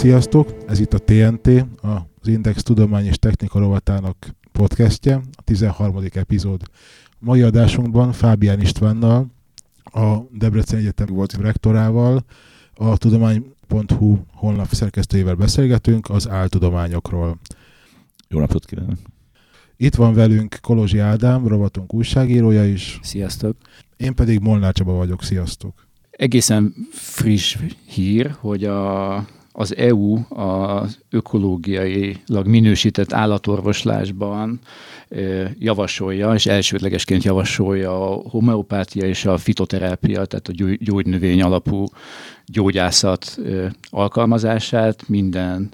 Sziasztok! Ez itt a TNT, az Index Tudomány és Technika rovatának podcastje, a 13. epizód. Mai adásunkban Fábián Istvánnal, a Debreceni Egyetem volt rektorával, a tudomány.hu honlap szerkesztőjével beszélgetünk az áltudományokról. Jó napot kívánok! Itt van velünk Kolozsi Ádám, rovatunk újságírója is. Sziasztok! Én pedig Molnár Csaba vagyok. Sziasztok! Egészen friss hír, hogy az EU az ökológiailag minősített állatorvoslásban javasolja, és elsődlegesként javasolja a homeopátia és a fitoterápia, tehát a gyógynövény alapú gyógyászat alkalmazását, minden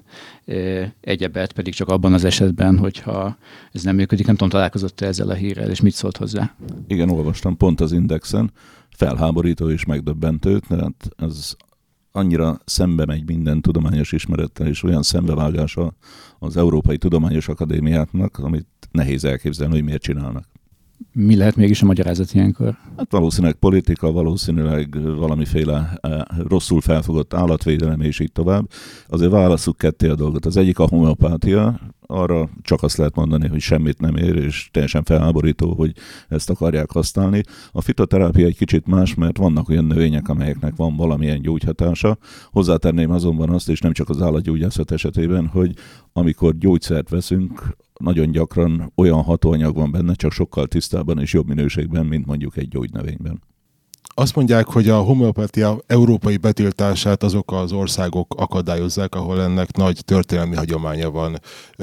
egyebet pedig csak abban az esetben, hogyha ez nem működik. Nem tudom, találkozott ezzel a hírrel, és mit szólt hozzá? Igen, olvastam pont az Indexen, felháborító és megdöbbentő, tehát ez annyira szembe megy minden tudományos ismerettel, és olyan szembevágása az Európai Tudományos Akadémiáknak, amit nehéz elképzelni, hogy miért csinálnak. Mi lehet mégis a magyarázat ilyenkor? Hát valószínűleg politika, valószínűleg valamiféle rosszul felfogott állatvédelem, és így tovább. Azért válasszuk ketté a dolgot. Az egyik a homeopátia, arra csak azt lehet mondani, hogy semmit nem ér, és teljesen felháborító, hogy ezt akarják használni. A fitoterápia egy kicsit más, mert vannak olyan növények, amelyeknek van valamilyen gyógyhatása. Hozzátenném azonban azt, és nem csak az állatgyógyászat esetében, hogy amikor gyógyszert veszünk, nagyon gyakran olyan hatóanyag van benne, csak sokkal tisztábban és jobb minőségben, mint mondjuk egy gyógynövényben. Azt mondják, hogy a homeopátia európai betiltását azok az országok akadályozzák, ahol ennek nagy történelmi hagyománya van.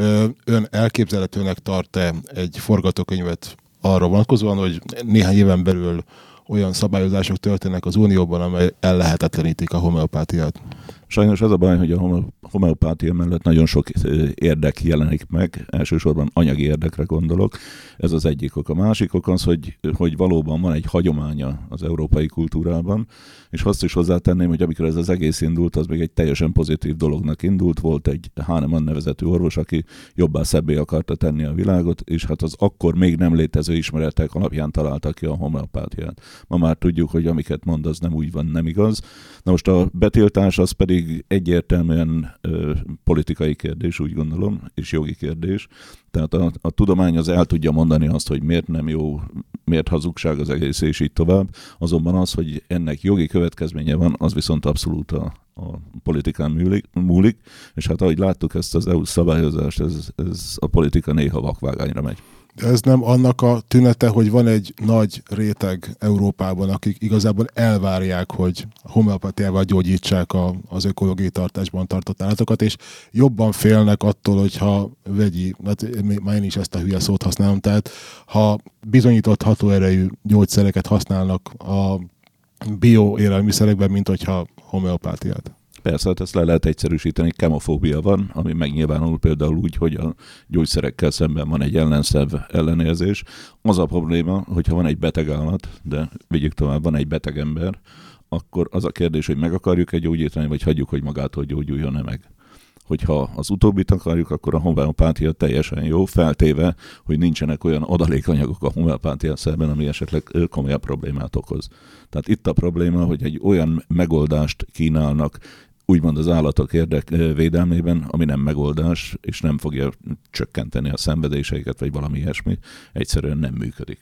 Ön elképzelhetőnek tart-e egy forgatókönyvet arra vonatkozóan, hogy néhány éven belül olyan szabályozások történnek az Unióban, amely ellehetetlenítik a homeopátiát? Sajnos az a baj, hogy a homeopátia mellett nagyon sok érdek jelenik meg, elsősorban anyagi érdekre gondolok. Ez az egyik ok. A másik ok az, hogy valóban van egy hagyománya az európai kultúrában, és azt is hozzátenném, hogy amikor ez az egész indult, az még egy teljesen pozitív dolognak indult. Volt egy Hahnemann nevezetű orvos, aki jobbá szebbé akarta tenni a világot, és hát az akkor még nem létező ismeretek alapján találtak ki a homeopátiát. Ma már tudjuk, hogy amiket mond, az nem úgy van, nem igaz. Na most a betiltás az pedig egyértelműen politikai kérdés, úgy gondolom, és jogi kérdés. Tehát a tudomány az el tudja mondani azt, hogy miért nem jó, miért hazugság az egész, és így tovább. Azonban az, hogy ennek jogi következménye van, az viszont abszolút a politikán múlik, és hát ahogy láttuk ezt az EU szabályozást, ez a politika néha vakvágányra megy. De ez nem annak a tünete, hogy van egy nagy réteg Európában, akik igazából elvárják, hogy a homeopátiával gyógyítsák az ökológiai tartásban tartott állatokat, és jobban félnek attól, hogyha vegyi, hát már én is ezt a hülye szót használom, tehát ha bizonyított hatóerejű gyógyszereket használnak a bioélelmiszerekben, mint hogyha homeopátiát. Persze, hát ezt le lehet egyszerűsíteni, kemofóbia van, ami megnyilvánul például úgy, hogy a gyógyszerekkel szemben van egy ellenszerv ellenérzés. Az a probléma, hogyha van egy beteg állat, de vigyük tovább, van egy beteg ember, akkor az a kérdés, hogy meg akarjuk-e gyógyítani, vagy hagyjuk, hogy magától gyógyuljon-e meg. Hogyha az utóbbit akarjuk, akkor a homeopátia teljesen jó, feltéve, hogy nincsenek olyan adalékanyagok a homeopátia szemben, ami esetleg komolyabb problémát okoz. Tehát itt a probléma, hogy egy olyan megoldást kínálnak, úgymond az állatok védelmében, ami nem megoldás, és nem fogja csökkenteni a szenvedéseiket, vagy valami ilyesmi, egyszerűen nem működik.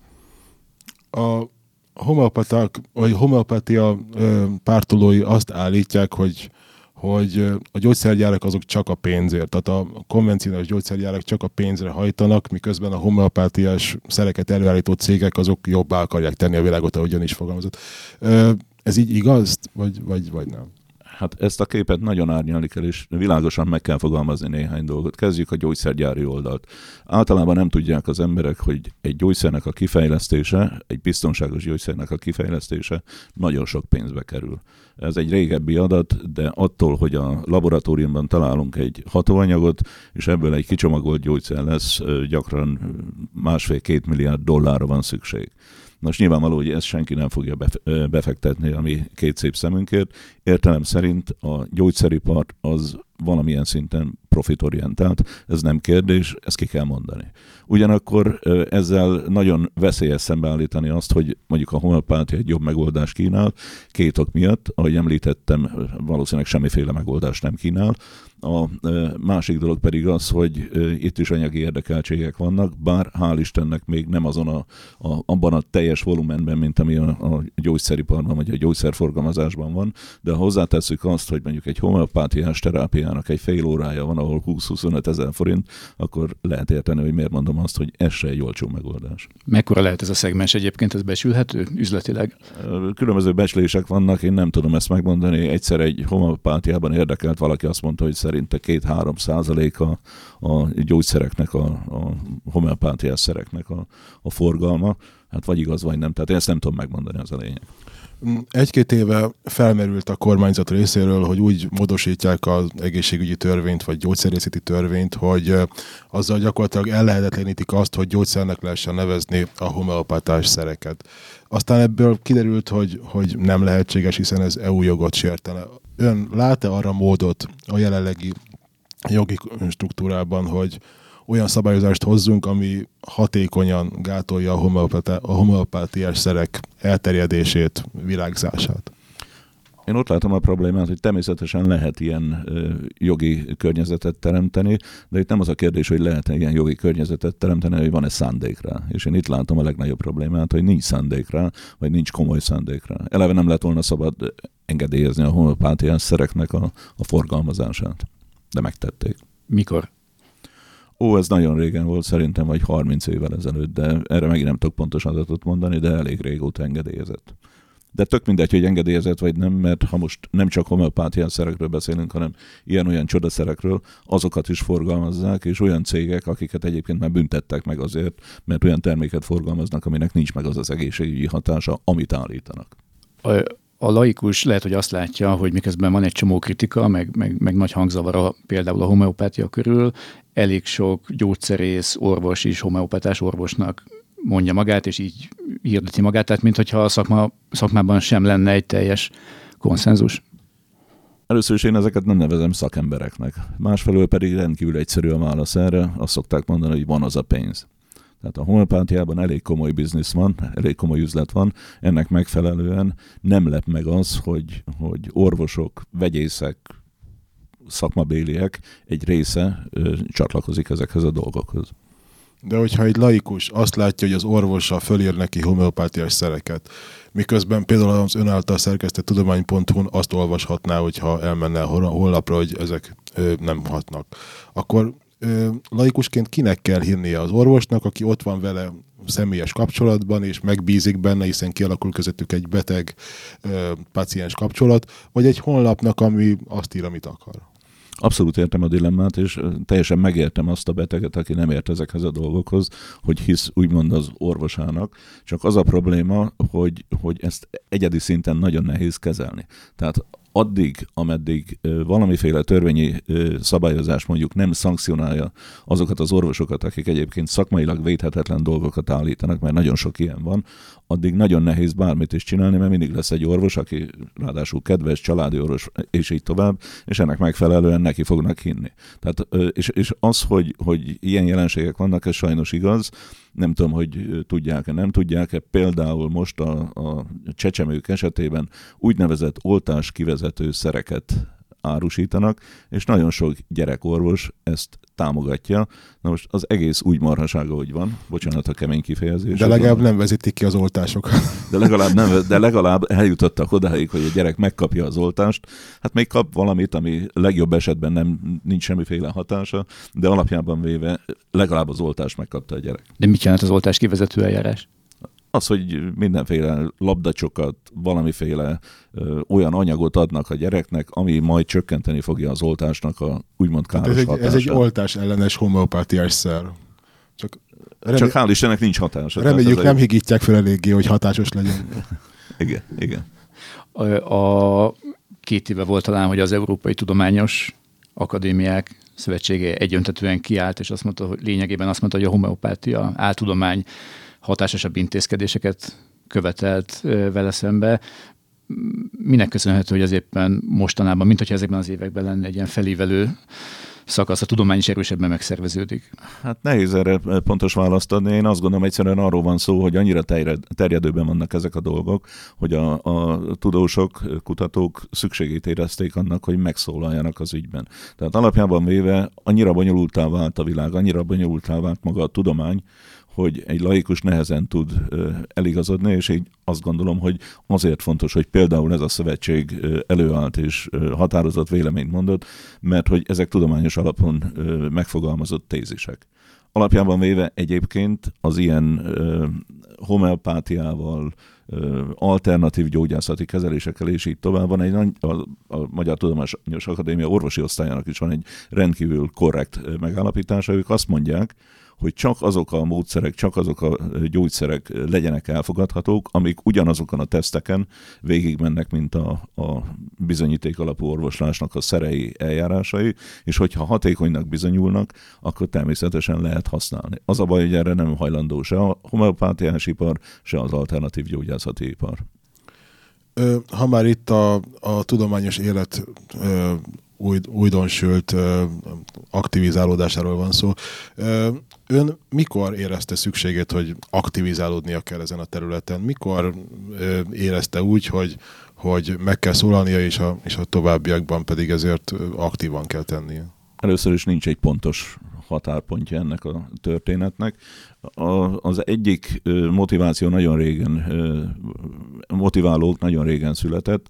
A homeopátia pártolói azt állítják, hogy a gyógyszergyárak azok csak a pénzért, tehát a konvencionális gyógyszergyárak csak a pénzre hajtanak, miközben a homeopátiás szereket előállító cégek azok jobbá akarják tenni a világot, ahogyan is fogalmazott. Ez így igaz, vagy nem? Hát ezt a képet nagyon árnyalni kell, és világosan meg kell fogalmazni néhány dolgot. Kezdjük a gyógyszergyári oldalt. Általában nem tudják az emberek, hogy egy gyógyszernek a kifejlesztése, egy biztonságos gyógyszernek a kifejlesztése nagyon sok pénzbe kerül. Ez egy régebbi adat, de attól, hogy a laboratóriumban találunk egy hatóanyagot, és ebből egy kicsomagolt gyógyszer lesz, gyakran 1,5-2 milliárd dollárra van szükség. Most nyilvánvaló, hogy ezt senki nem fogja befektetni a mi két szép szemünkért. Értelem szerint a gyógyszeripar az valamilyen szinten profitorientált, ez nem kérdés, ezt ki kell mondani. Ugyanakkor ezzel nagyon veszélyes szembeállítani azt, hogy mondjuk a homeopátia egy jobb megoldást kínál, két ok miatt, ahogy említettem, valószínűleg semmiféle megoldást nem kínál. A másik dolog pedig az, hogy itt is anyagi érdekeltségek vannak, bár hál' Istennek még nem azon abban a teljes volumenben, mint ami a gyógyszeriparban vagy a gyógyszerforgalmazásban van, de ha hozzátesszük azt, hogy mondjuk egy homeopátiás terápiának egy fél órája van, ahol 20-25 ezer forint, akkor lehet érteni, hogy miért mondom azt, hogy ez se egy olcsó megoldás. Mekkora lehet ez a szegmens egyébként, ez becsülhető üzletileg? Különböző becslések vannak, én nem tudom ezt megmondani. Egyszer egy homeopátiában érdekelt valaki azt mondta, hogy szerinte 2-3% a gyógyszereknek, a homeopátiás szereknek a forgalma. Hát vagy igaz, vagy nem. Tehát én ezt nem tudom megmondani, az a lényeg. 1-2 éve felmerült a kormányzat részéről, hogy úgy módosítják az egészségügyi törvényt, vagy gyógyszerészeti törvényt, hogy azzal gyakorlatilag ellehetetlenítik azt, hogy gyógyszernek lehessen nevezni a homeopátás szereket. Aztán ebből kiderült, hogy nem lehetséges, hiszen ez EU jogot sértene. Ön lát-e arra módot a jelenlegi jogi struktúrában, hogy olyan szabályozást hozzunk, ami hatékonyan gátolja a homeopátiás szerek elterjedését, virágzását? Én ott látom a problémát, hogy természetesen lehet ilyen jogi környezetet teremteni, de itt nem az a kérdés, hogy lehet-e ilyen jogi környezetet teremteni, hogy van-e szándék rá. És én itt látom a legnagyobb problémát, hogy nincs szándék rá, vagy nincs komoly szándék rá. Eleve nem lett volna szabad engedélyezni a homeopátiás szereknek a forgalmazását, de megtették. Mikor? Ez nagyon régen volt, szerintem vagy 30 évvel ezelőtt, de erre megint nem tudok pontos adatot mondani, de elég régóta engedélyezett. De tök mindegy, hogy engedélyezett vagy nem, mert ha most nem csak homeopátiás szerekről beszélünk, hanem ilyen-olyan csodaszerekről, azokat is forgalmazzák, és olyan cégek, akiket egyébként már büntettek meg azért, mert olyan terméket forgalmaznak, aminek nincs meg az egészségügyi hatása, amit állítanak. A laikus lehet, hogy azt látja, hogy miközben van egy csomó kritika, meg nagy hangzavara például a homeopátia körül, elég sok gyógyszerész, orvos is homeopátás orvosnak mondja magát, és így hirdeti magát, tehát mintha a szakmában sem lenne egy teljes konszenzus. Először is én ezeket nem nevezem szakembereknek. Másfelől pedig rendkívül egyszerű a válasz erre, azt szokták mondani, hogy van az a pénz. Tehát a homeopátiában elég komoly biznisz van, elég komoly üzlet van, ennek megfelelően nem lep meg az, hogy orvosok, vegyészek, szakmabéliek egy része csatlakozik ezekhez a dolgokhoz. De hogyha egy laikus azt látja, hogy az orvosa fölír neki homeopátiás szereket, miközben például az ön által szerkesztett tudomány.hu-n azt olvashatná, hogyha elmenne a honlapra, hogy ezek nem hatnak, akkor laikusként kinek kell hinnie? Az orvosnak, aki ott van vele személyes kapcsolatban, és megbízik benne, hiszen kialakul közöttük egy beteg-páciens kapcsolat, vagy egy honlapnak, ami azt ír, amit akar? Abszolút értem a dilemmát, és teljesen megértem azt a beteget, aki nem ért ezekhez a dolgokhoz, hogy hisz úgymond az orvosának. Csak az a probléma, hogy ezt egyedi szinten nagyon nehéz kezelni. Tehát addig, ameddig valamiféle törvényi szabályozás mondjuk nem szankcionálja azokat az orvosokat, akik egyébként szakmailag védhetetlen dolgokat állítanak, mert nagyon sok ilyen van, addig nagyon nehéz bármit is csinálni, mert mindig lesz egy orvos, aki ráadásul kedves, családi orvos, és így tovább, és ennek megfelelően neki fognak hinni. Tehát, és az, hogy ilyen jelenségek vannak, ez sajnos igaz. Nem tudom, hogy tudják-e, nem tudják-e. Például most a csecsemők esetében úgynevezett oltáskivezető szereket árusítanak, és nagyon sok gyerekorvos ezt támogatja. Na most az egész úgy marhasága, hogy van. Bocsánat a kemény kifejezés. De legalább nem vezetik ki az oltásokat. De legalább eljutottak odáig, hogy a gyerek megkapja az oltást. Hát még kap valamit, ami legjobb esetben nincs semmiféle hatása, de alapjában véve legalább az oltást megkapta a gyerek. De mit jelent az oltás kivezető eljárás? Az, hogy mindenféle labdacsokat, valamiféle olyan anyagot adnak a gyereknek, ami majd csökkenteni fogja az oltásnak a úgymond káros hatását. Ez egy oltás ellenes homeopátiás szer. Csak hál' Istennek nincs hatása. Reméljük nem higítják fel eléggé, hogy hatásos legyen. Igen. A 2 éve volt talán, hogy az Európai Tudományos Akadémiák Szövetsége egyöntetően kiállt, és lényegében azt mondta, hogy a homeopátia áltudomány hatásosabb intézkedéseket követelt vele szembe. minek köszönhető, hogy az éppen mostanában, mint hogyha ezekben az években lenne egy ilyen felévelő szakasz, a tudomány is erősebben megszerveződik? Hát nehéz erre pontos választ adni. Én azt gondolom, egyszerűen arról van szó, hogy annyira terjedőben vannak ezek a dolgok, hogy a tudósok, kutatók szükségét érezték annak, hogy megszólaljanak az ügyben. Tehát alapjában véve annyira bonyolultá vált a világ, annyira bonyolultá vált maga a tudomány, hogy egy laikus nehezen tud eligazodni, és így azt gondolom, hogy azért fontos, hogy például ez a szövetség előállt és határozott véleményt mondott, mert hogy ezek tudományos alapon megfogalmazott tézisek. Alapjában véve egyébként az ilyen homeopátiával, alternatív gyógyászati kezelésekkel és így tovább van a Magyar Tudományos Akadémia orvosi osztályának is van egy rendkívül korrekt megállapítása. Ők azt mondják, hogy csak azok a módszerek, csak azok a gyógyszerek legyenek elfogadhatók, amik ugyanazokon a teszteken végigmennek, mint a bizonyíték alapú orvoslásnak a szerei eljárásai, és hogyha hatékonynak bizonyulnak, akkor természetesen lehet használni. Az a baj, hogy erre nem hajlandó se a homeopátiás ipar, se az alternatív gyógyászati ipar. Ha már itt a tudományos élet újdonsült aktivizálódásáról van szó. Ön mikor érezte szükségét, hogy aktivizálódnia kell ezen a területen? Mikor érezte úgy, hogy meg kell szólalnia, és a továbbiakban pedig ezért aktívan kell tennie? Először is nincs egy pontos határpontja ennek a történetnek. Az egyik motiváció motiválók nagyon régen született.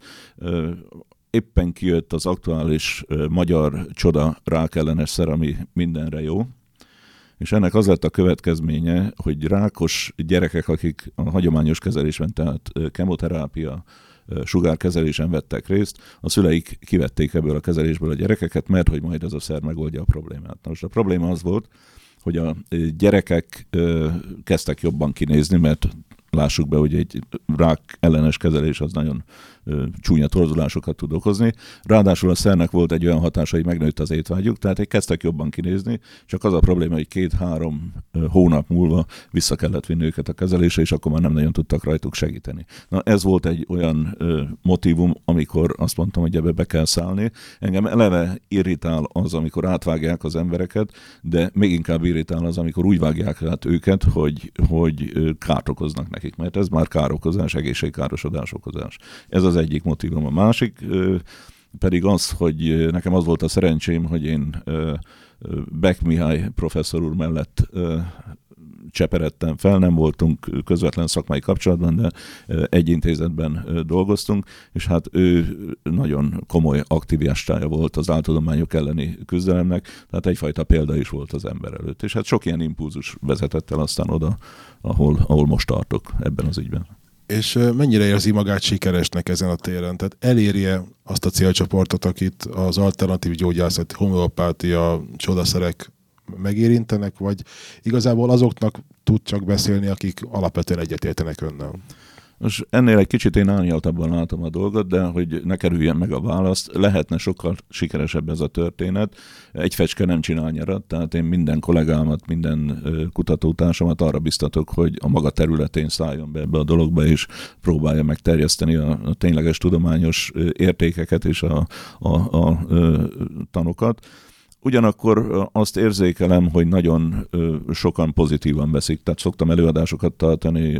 Éppen kijött az aktuális magyar csoda rákellenes szer, ami mindenre jó. És ennek az lett a következménye, hogy rákos gyerekek, akik a hagyományos kezelésben, tehát kemoterápia, sugárkezelésen vettek részt, a szüleik kivették ebből a kezelésből a gyerekeket, mert hogy majd ez a szer megoldja a problémát. Na most a probléma az volt, hogy a gyerekek kezdtek jobban kinézni, mert lássuk be, hogy egy rák ellenes kezelés az nagyon csúnya torzulásokat tud okozni. Ráadásul a szernek volt egy olyan hatása, hogy megnőtt az étvágyuk, tehát kezdtek jobban kinézni, csak az a probléma, hogy 2-3 hónap múlva vissza kellett vinni őket a kezelésre, és akkor már nem nagyon tudtak rajtuk segíteni. Na ez volt egy olyan motívum, amikor azt mondtam, hogy ebbe be kell szállni. Engem eleve irritál az, amikor átvágják az embereket, de még inkább irritál az, amikor úgy vágják át őket, hogy kárt okoznak nekik, mert ez már károkozás, egészségkárosodás okozás. Ez az egyik motívum. A másik pedig az, hogy nekem az volt a szerencsém, hogy én Beck Mihály professzor úr mellett cseperedtem fel, nem voltunk közvetlen szakmai kapcsolatban, de egy intézetben dolgoztunk, és hát ő nagyon komoly aktivistája volt az áltudományok elleni küzdelemnek, tehát egyfajta példa is volt az ember előtt. És hát sok ilyen impulzus vezetett el aztán oda, ahol most tartok ebben az ügyben. És mennyire érzi magát sikeresnek ezen a téren? Tehát elérje azt a célcsoportot, akit az alternatív gyógyászat, homeopátia, csodaszerek megérintenek, vagy igazából azoknak tud csak beszélni, akik alapvetően egyetértenek önnel? Most ennél egy kicsit én árnyaltabban látom a dolgot, de hogy ne kerüljen meg a választ, lehetne sokkal sikeresebb ez a történet. Egy fecske nem csinál nyarat, tehát én minden kollégámat, minden kutatótársamat arra biztatok, hogy a maga területén szálljon be ebbe a dologba, és próbálja megterjeszteni a tényleges tudományos értékeket és a tanokat. Ugyanakkor azt érzékelem, hogy nagyon sokan pozitívan veszik. Tehát szoktam előadásokat tartani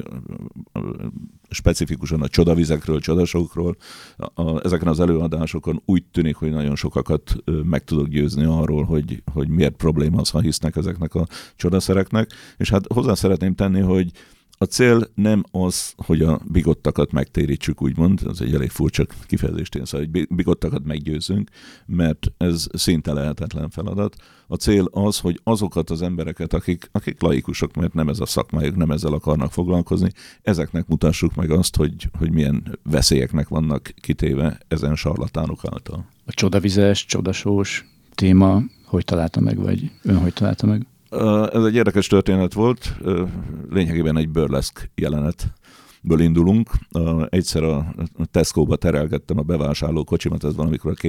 specifikusan a csodavizekről, csodasokról. Ezeken az előadásokon úgy tűnik, hogy nagyon sokakat meg tudok győzni arról, hogy miért probléma az, ha hisznek ezeknek a csodaszereknek. És hát hozzá szeretném tenni, hogy a cél nem az, hogy a bigottakat megtérítsük, úgymond, ez egy elég furcsa kifejezést én, szóval, hogy bigottakat meggyőzünk, mert ez szinte lehetetlen feladat. A cél az, hogy azokat az embereket, akik laikusok, mert nem ez a szakmájuk, nem ezzel akarnak foglalkozni, ezeknek mutassuk meg azt, hogy milyen veszélyeknek vannak kitéve ezen sarlatánok által. A csodavizes, csodasós téma hogy találta meg, vagy ön hogy találta meg? Ez egy érdekes történet volt, lényegében egy burleszk jelenetből indulunk. Egyszer a Tesco-ba terelgettem a bevásárló kocsimat, ez valamikor a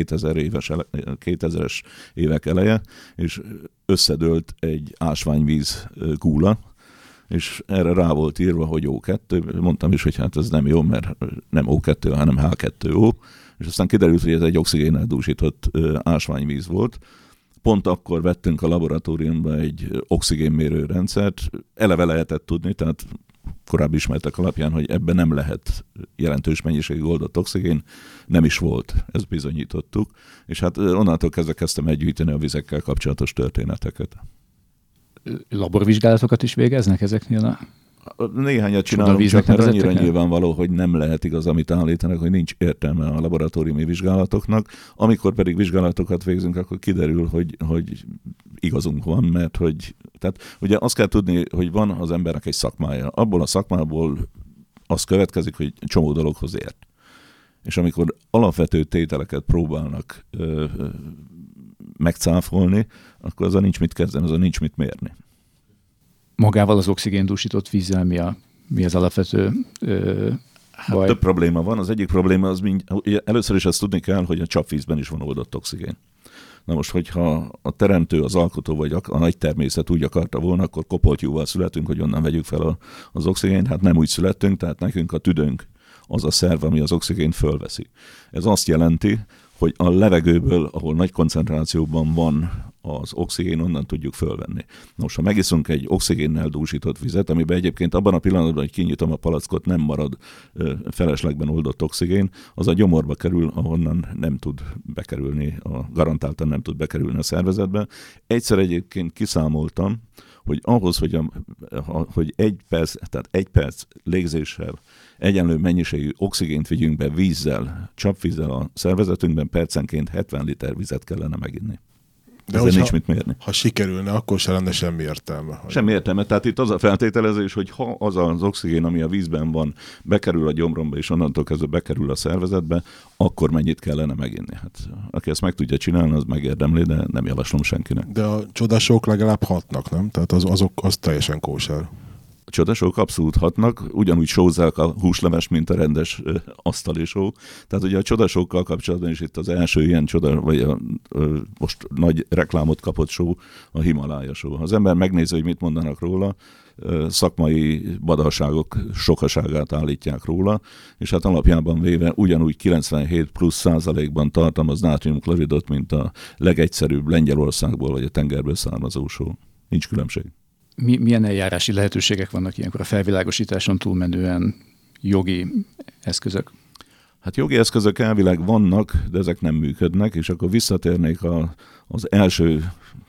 2000-es évek eleje, és összedőlt egy ásványvíz gúla, és erre rá volt írva, hogy O2, mondtam is, hogy hát ez nem jó, mert nem O2, hanem H2O, és aztán kiderült, hogy ez egy oxigénnel dúsított ásványvíz volt. Pont akkor vettünk a laboratóriumba egy oxigénmérő rendszert, eleve lehetett tudni, tehát korábbi ismertek alapján, hogy ebben nem lehet jelentős mennyiségű oldott oxigén, nem is volt, ezt bizonyítottuk, és hát onnantól kezdve kezdtem elgyűjteni a vizekkel kapcsolatos történeteket. Laborvizsgálatokat is végeznek ezeknél a... Néhányat csinálunk, csak mert annyira nyilvánvaló, hogy nem lehet igaz, amit állítanak, hogy nincs értelme a laboratóriumi vizsgálatoknak. Amikor pedig vizsgálatokat végzünk, akkor kiderül, hogy igazunk van, mert hogy... Tehát ugye azt kell tudni, hogy van az embernek egy szakmája. Abból a szakmából az következik, hogy csomó dologhoz ért. És amikor alapvető tételeket próbálnak megcáfolni, akkor azzal nincs mit kezdeni, azzal nincs mit mérni. Magával az oxigéndúsított vízzel mi az alapvető baj? Több probléma van. Az egyik probléma az ugye először is azt tudni kell, hogy a csapvízben is van oldott oxigén. Na most, hogyha a teremtő, az alkotó vagy a nagy természet úgy akarta volna, akkor kopoltyúval születünk, hogy onnan vegyük fel az oxigént. Hát nem úgy születtünk, tehát nekünk a tüdőnk az a szerv, ami az oxigént fölveszi. Ez azt jelenti, hogy a levegőből, ahol nagy koncentrációban van az oxigén, onnan tudjuk fölvenni. Most, ha megiszunk egy oxigénnel dúsított vizet, amiben egyébként abban a pillanatban, hogy kinyitom a palackot, nem marad feleslegben oldott oxigén, az a gyomorba kerül, ahonnan nem tud bekerülni, garantáltan nem tud bekerülni a szervezetbe. Egyszer egyébként kiszámoltam, hogy ahhoz, hogy egy perc légzéssel egyenlő mennyiségű oxigént vigyünk be vízzel, csapvízzel a szervezetünkben, percenként 70 liter vizet kellene meginni. De ezzel nincs mit mérni. Ha sikerülne, akkor se lenne semmi értelme. Semmi értelme. Tehát itt az a feltételezés, hogy ha az az oxigén, ami a vízben van, bekerül a gyomromba, és onnantól kezdve bekerül a szervezetbe, akkor mennyit kellene meginni. Hát, aki ezt meg tudja csinálni, az megérdemli, de nem javaslom senkinek. De a csodasók legalább hatnak, nem? Tehát az teljesen kóser. A csodasók abszolút hatnak, ugyanúgy sózzák a húsleves, mint a rendes asztali só. Tehát ugye a csodasókkal kapcsolatban is itt az első ilyen vagy most nagy reklámot kapott só, a Himalája só. Az ember megnézi, hogy mit mondanak róla, szakmai badalságok sokaságát állítják róla, és hát alapjában véve ugyanúgy 97+% tartalmaz nátriumkloridot, mint a legegyszerűbb Lengyelországból vagy a tengerből származó só. Nincs különbség. Milyen eljárási lehetőségek vannak ilyenkor a felvilágosításon túlmenően, jogi eszközök? Hát jogi eszközök elvileg vannak, de ezek nem működnek, és akkor visszatérnék az első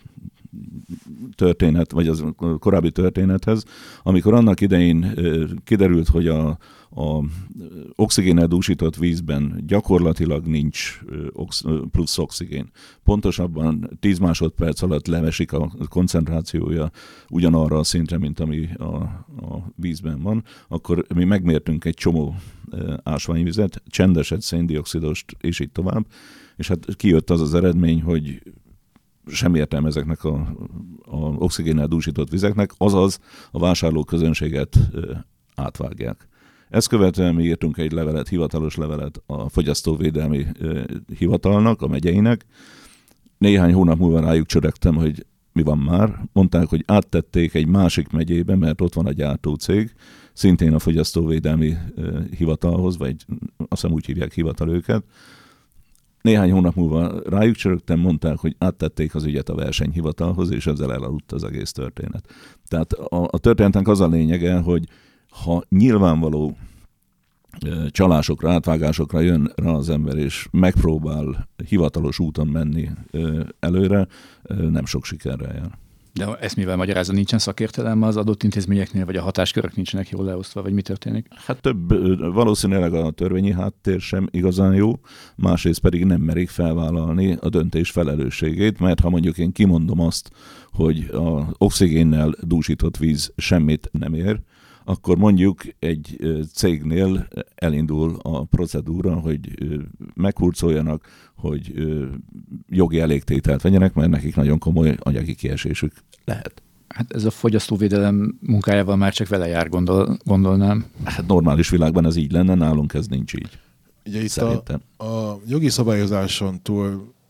történet, vagy az korábbi történethez, amikor annak idején kiderült, hogy a oxigénnel dúsított vízben gyakorlatilag nincs plusz oxigén. Pontosabban 10 másodperc alatt levesik a koncentrációja ugyanarra a szintre, mint ami a vízben van, akkor mi megmértünk egy csomó ásványvizet, csendeset, széndioxidost, és így tovább, és hát kijött az az eredmény, hogy semmi értelme ezeknek a oxigénnel dúsított vizeknek, azaz a vásárlóközönséget átvágják. Ezt követően mi írtunk egy levelet, hivatalos levelet a Fogyasztóvédelmi Hivatalnak, a megyeinek. Néhány hónap múlva rájuk csörögtem, hogy mi van már. Mondták, hogy áttették egy másik megyébe, mert ott van a gyártócég, szintén a Fogyasztóvédelmi Hivatalhoz, vagy azt hiszem úgy hívják hivatal őket. Néhány hónap múlva rájuk csörögtem, mondták, hogy áttették az ügyet a versenyhivatalhoz, és ezzel elaludt az egész történet. Tehát a történetnek az a lényege, hogy ha nyilvánvaló csalásokra, átvágásokra jön rá az ember, és megpróbál hivatalos úton menni előre, nem sok sikerrel jár. De ezt mivel magyarázza, nincsen szakértelem az adott intézményeknél, vagy a hatáskörök nincsenek jól leosztva, vagy mi történik? Hát valószínűleg a törvényi háttér sem igazán jó, másrészt pedig nem merik felvállalni a döntés felelősségét, mert ha mondjuk én kimondom azt, hogy az oxigénnel dúsított víz semmit nem ér, akkor mondjuk egy cégnél elindul a procedúra, hogy meghurcoljanak, hogy jogi elégtételt vegyenek, mert nekik nagyon komoly anyagi kiesésük lehet. Hát ez a fogyasztóvédelem munkájával már csak vele jár, gondolnám. Hát normális világban ez így lenne, nálunk ez nincs így. Ugye itt a jogi szabályozáson túl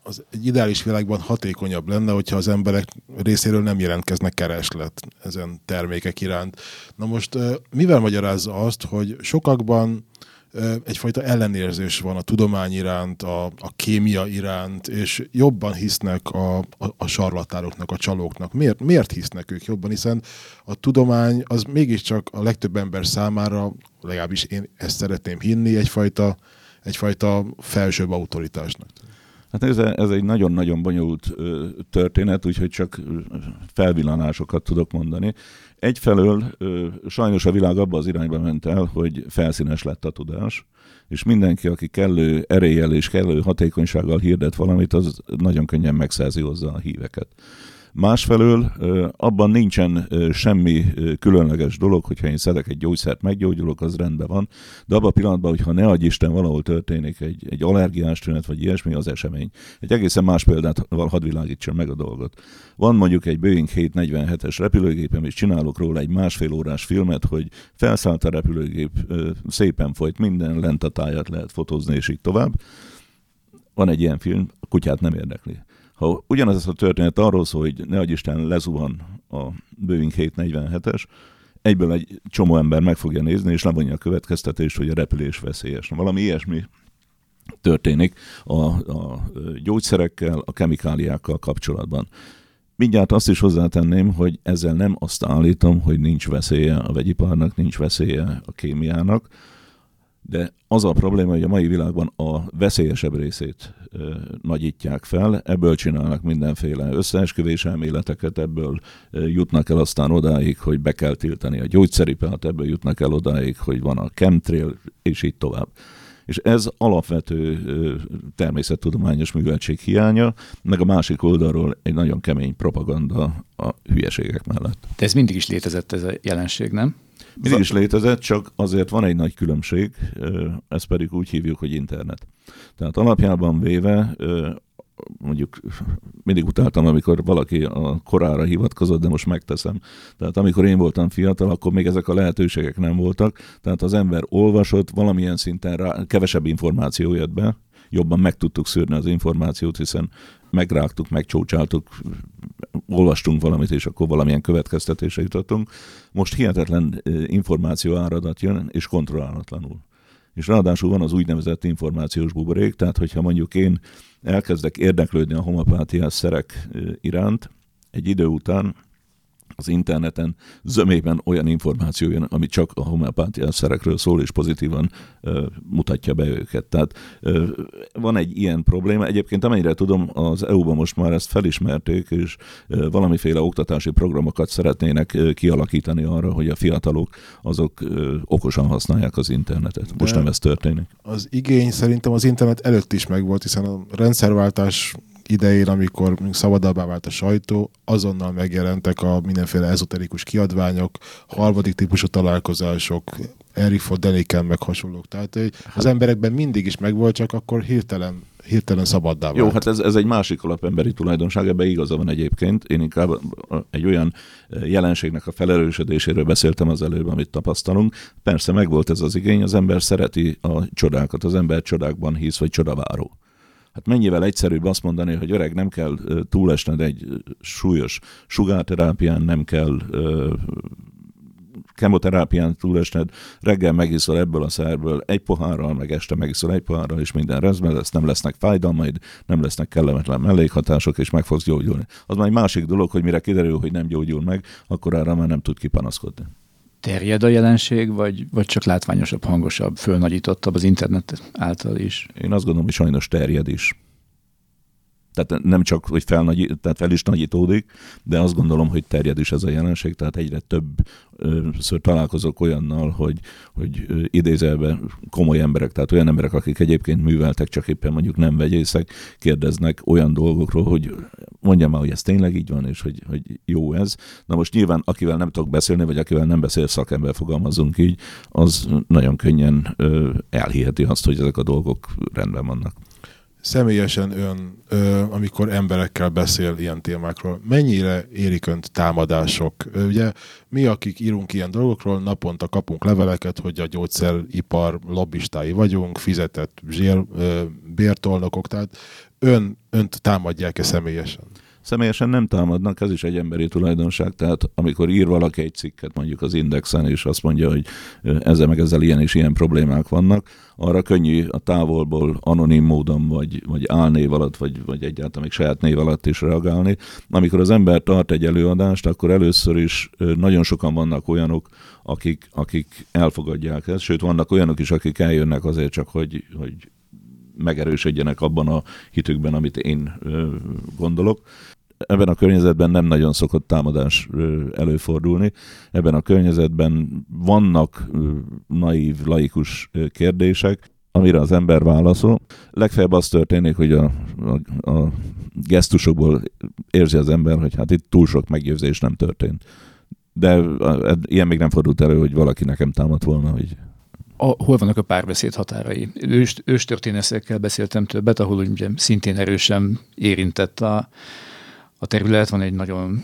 az egy ideális világban hatékonyabb lenne, hogyha az emberek részéről nem jelentkeznek kereslet ezen termékek iránt. Na most mivel magyarázza azt, hogy sokakban egyfajta ellenérzés van a tudomány iránt, a kémia iránt, és jobban hisznek a sarlatánoknak, a csalóknak. Miért hisznek ők jobban? Hiszen a tudomány az mégiscsak a legtöbb ember számára, legalábbis én ezt szeretném hinni, egyfajta felsőbb autoritásnak. Hát ez egy nagyon-nagyon bonyolult történet, úgyhogy csak felvillanásokat tudok mondani. Egyfelől sajnos a világ abba az irányba ment el, hogy felszínes lett a tudás, és mindenki, aki kellő eréllyel és kellő hatékonysággal hirdet valamit, az nagyon könnyen megszerzi hozzá a híveket. Másfelől abban nincsen semmi különleges dolog, hogyha én szedek egy gyógyszert, meggyógyulok, az rendben van, de abban a pillanatban, hogyha ne adj Isten, valahol történik egy allergiás tünet, vagy ilyesmi, az esemény. Egy egészen más példát hadd világítson meg a dolgot. Van mondjuk egy Boeing 747-es repülőgépem, és csinálok róla egy 1,5 órás filmet, hogy felszállt a repülőgép, szépen folyt minden, lent a táját lehet fotózni, és így tovább. Van egy ilyen film, a kutyát nem érdekli. Ha ugyanaz a történet arról szól, hogy ne adj Isten lezuhan a Boeing 747-es, egyből egy csomó ember meg fogja nézni, és levonja a következtetést, hogy a repülés veszélyes. Valami ilyesmi történik a gyógyszerekkel, a kemikáliákkal kapcsolatban. Mindjárt azt is hozzátenném, hogy ezzel nem azt állítom, hogy nincs veszélye a vegyiparnak, nincs veszélye a kémiának, de az a probléma, hogy a mai világban a veszélyesebb részét nagyítják fel, ebből csinálnak mindenféle összeesküvés elméleteket, ebből jutnak el aztán odáig, hogy be kell tiltani a gyógyszeripart, ebből jutnak el odáig, hogy van a chemtrail, és így tovább. És ez alapvető természettudományos műveltség hiánya, meg a másik oldalról egy nagyon kemény propaganda a hülyeségek mellett. De ez mindig is létezett, ez a jelenség, nem? Mindig is létezett, csak azért van egy nagy különbség, ezt pedig úgy hívjuk, hogy internet. Tehát alapjában véve, mondjuk mindig utáltam, amikor valaki a korára hivatkozott, de most megteszem. Tehát amikor én voltam fiatal, akkor még ezek a lehetőségek nem voltak. Tehát az ember olvasott, valamilyen szinten kevesebb információ jött be, jobban meg tudtuk szűrni az információt, hiszen megrágtuk, megcsócsáltuk, olvastunk valamit, és akkor valamilyen következtetésre jutottunk. Most hihetetlen információ áradat jön, és kontrollálatlanul. És ráadásul van az úgynevezett információs buborék, tehát hogyha mondjuk én elkezdek érdeklődni a homeopátiás szerek iránt, egy idő után az interneten zömében olyan információ jön, ami csak a homeopátiás szerekről szól, és pozitívan mutatja be őket. Tehát van egy ilyen probléma. Egyébként amennyire tudom, az EU-ban most már ezt felismerték, és valamiféle oktatási programokat szeretnének kialakítani arra, hogy a fiatalok azok okosan használják az internetet. Most nem ez történik. Az igény szerintem az internet előtt is megvolt, hiszen a rendszerváltás idején, amikor szabadabbá vált a sajtó, azonnal megjelentek a mindenféle ezoterikus kiadványok, harmadik típusú találkozások, Erich von Däniken meg hasonlók. Tehát az emberekben mindig is megvolt, csak akkor hirtelen szabaddá vált. Jó, hát ez egy másik alapemberi tulajdonság, ebben igaza van egyébként. Én inkább egy olyan jelenségnek a felerősödéséről beszéltem az előbb, amit tapasztalunk. Persze megvolt ez az igény, az ember szereti a csodákat, az ember csodákban hisz, vagy csodaváró. Hát mennyivel egyszerűbb azt mondani, hogy öreg, nem kell túlesned egy súlyos sugárterápián, nem kell kemoterápián túlesned, reggel megiszol ebből a szerből egy pohárral, meg este megiszol egy pohárral, és minden rendben lesz, nem lesznek fájdalmaid, nem lesznek kellemetlen mellékhatások, és meg fogsz gyógyulni. Az már egy másik dolog, hogy mire kiderül, hogy nem gyógyul meg, akkor arra már nem tud kipanaszkodni. Terjed a jelenség, vagy csak látványosabb, hangosabb, fölnagyítottabb az internet által is? Én azt gondolom, hogy sajnos terjed is. Tehát nem csak, hogy tehát fel is nagyítódik, de azt gondolom, hogy terjed is ez a jelenség, tehát egyre többször találkozok olyannal, hogy idézelve komoly emberek, tehát olyan emberek, akik egyébként műveltek, csak éppen mondjuk nem vegyészek, kérdeznek olyan dolgokról, hogy mondjam már, hogy ez tényleg így van, és hogy jó ez. Na most nyilván, akivel nem tudok beszélni, vagy akivel nem beszél szakember, fogalmazunk így, az nagyon könnyen elhiheti azt, hogy ezek a dolgok rendben vannak. személyesen ön, amikor emberekkel beszél ilyen témákról, mennyire érik önt támadások? Ugye mi, akik írunk ilyen dolgokról, naponta kapunk leveleket, hogy a gyógyszeripar lobbistái vagyunk, fizetett bértolnokok, tehát önt támadják-e személyesen? Személyesen nem támadnak, ez is egy emberi tulajdonság, tehát amikor ír valaki egy cikket mondjuk az Indexen, és azt mondja, hogy ezzel ilyen és ilyen problémák vannak, arra könnyű a távolból anonim módon, vagy álnév alatt, vagy egyáltalán még saját név alatt is reagálni. Amikor az ember tart egy előadást, akkor először is nagyon sokan vannak olyanok, akik elfogadják ezt, sőt vannak olyanok is, akik eljönnek azért csak, hogy megerősödjenek abban a hitükben, amit én gondolok. Ebben a környezetben nem nagyon szokott támadás előfordulni. Ebben a környezetben vannak naív, laikus kérdések, amire az ember válaszol. Legfeljebb az történik, hogy a gesztusokból érzi az ember, hogy hát itt túl sok meggyőzés nem történt. De ilyen még nem fordult elő, hogy valaki nekem támadt volna, hogy... Hol vannak a párbeszéd határai? Őstörténészekkel beszéltem többet, ahol ugye szintén erősen érintett a terület. Van egy nagyon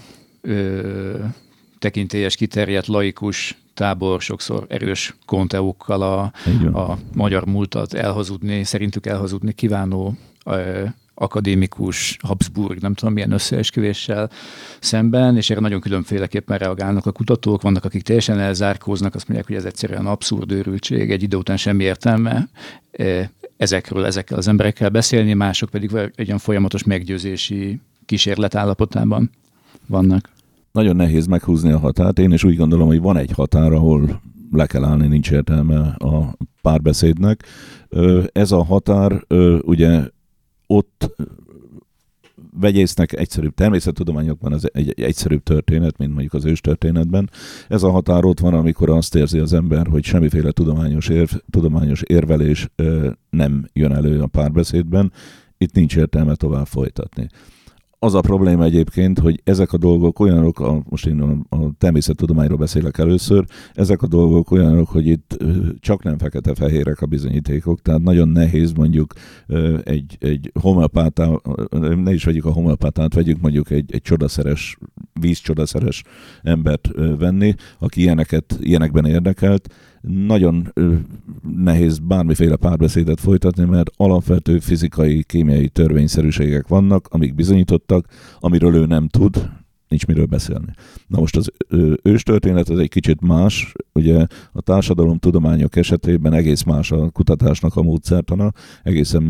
tekintélyes, kiterjedt, laikus tábor, sokszor erős konteókkal a magyar múltat szerintük elhazudni kívánó akadémikus Habsburg, nem tudom milyen összeesküvéssel szemben, és erre nagyon különféleképpen reagálnak a kutatók. Vannak, akik teljesen elzárkóznak, azt mondják, hogy ez egyszerűen abszurd őrültség, egy idő után semmi értelme ezekkel az emberekkel beszélni, mások pedig egy olyan folyamatos meggyőzési kísérlet állapotában vannak. Nagyon nehéz meghúzni a határt. Én is úgy gondolom, hogy van egy határ, ahol le kell állni, nincs értelme a párbeszédnek. Ez a határ ugye ott vegyésznek egyszerűbb, természettudományokban ez egy egyszerűbb történet, mint mondjuk az őstörténetben. Ez a határ ott van, amikor azt érzi az ember, hogy semmiféle tudományos érvelés nem jön elő a párbeszédben, itt nincs értelme tovább folytatni. Az a probléma egyébként, hogy ezek a dolgok olyanok, most én a természettudományról beszélek először, ezek a dolgok olyanok, hogy itt csak nem fekete-fehérek a bizonyítékok, tehát nagyon nehéz mondjuk egy homeopátát, ne is vegyük a homeopátát, vegyük mondjuk egy csodaszeres, vízcsodaszeres embert venni, aki ilyenekben érdekelt. Nagyon nehéz bármiféle párbeszédet folytatni, mert alapvető fizikai, kémiai törvényszerűségek vannak, amik bizonyítottak, amiről ő nem tud, nincs miről beszélni. Na most az őstörténet az egy kicsit más, ugye a társadalomtudományok esetében egész más a kutatásnak a módszertana, egészen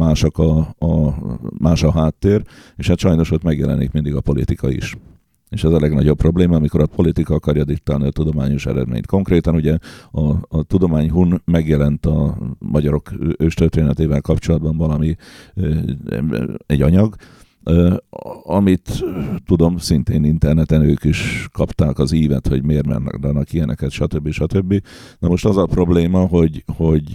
más a háttér, és hát sajnos ott megjelenik mindig a politika is. És ez a legnagyobb probléma, amikor a politika akarja diktálni a tudományos eredményt. Konkrétan ugye a Tudomány Hun megjelent a magyarok őstörténetével kapcsolatban egy anyag, amit tudom, szintén interneten ők is kapták az ívet, hogy miért mennek ilyeneket, stb. Na most az a probléma, hogy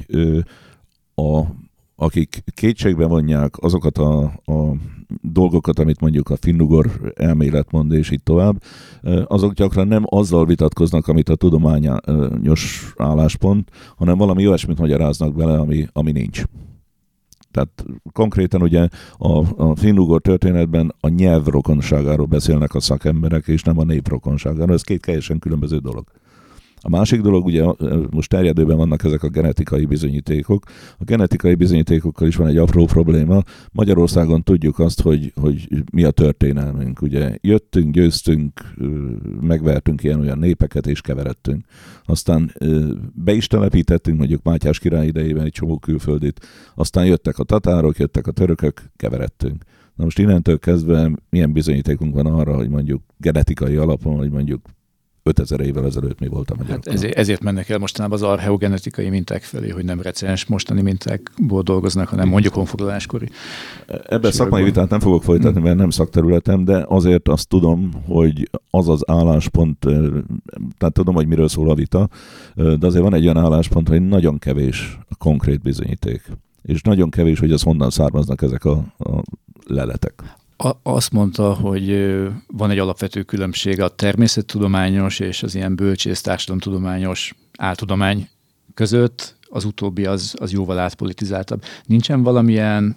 akik kétségbe vonják azokat a dolgokat, amit mondjuk a finnugor elmélet mond, és így tovább, azok gyakran nem azzal vitatkoznak, amit a tudományos álláspont, hanem valami olyasmit magyaráznak bele, ami nincs. Tehát konkrétan ugye a finnugor történetben a nyelv rokonságáról beszélnek a szakemberek, és nem a nép rokonságáról. Ez két teljesen különböző dolog. A másik dolog, ugye most terjedőben vannak ezek a genetikai bizonyítékok. A genetikai bizonyítékokkal is van egy apró probléma. Magyarországon tudjuk azt, hogy mi a történelmünk. Ugye jöttünk, győztünk, megvertünk ilyen-olyan népeket és keveredtünk. Aztán be is telepítettünk, mondjuk Mátyás király idejében egy csomó külföldit. Aztán jöttek a tatárok, jöttek a törökök, keveredtünk. Na most innentől kezdve milyen bizonyítékunk van arra, hogy mondjuk genetikai alapon, hogy mondjuk 5000 évvel ezelőtt mi volt a magyarokkal. Hát ezért mennek el mostanában az archeogenetikai minták felé, hogy nem recens mostani mintákból dolgoznak, hanem mondjuk honfoglaláskori. Ebben szakmai vitát nem fogok folytatni, mert nem szakterületem, de azért azt tudom, hogy az az álláspont, tehát tudom, hogy miről szól a vita, de azért van egy olyan álláspont, hogy nagyon kevés a konkrét bizonyíték. És nagyon kevés, hogy az honnan származnak ezek a leletek. Azt mondta, hogy van egy alapvető különbség a természettudományos és az ilyen bölcsész társadalomtudományos áltudomány között, az utóbbi az jóval átpolitizáltabb. Nincsen valamilyen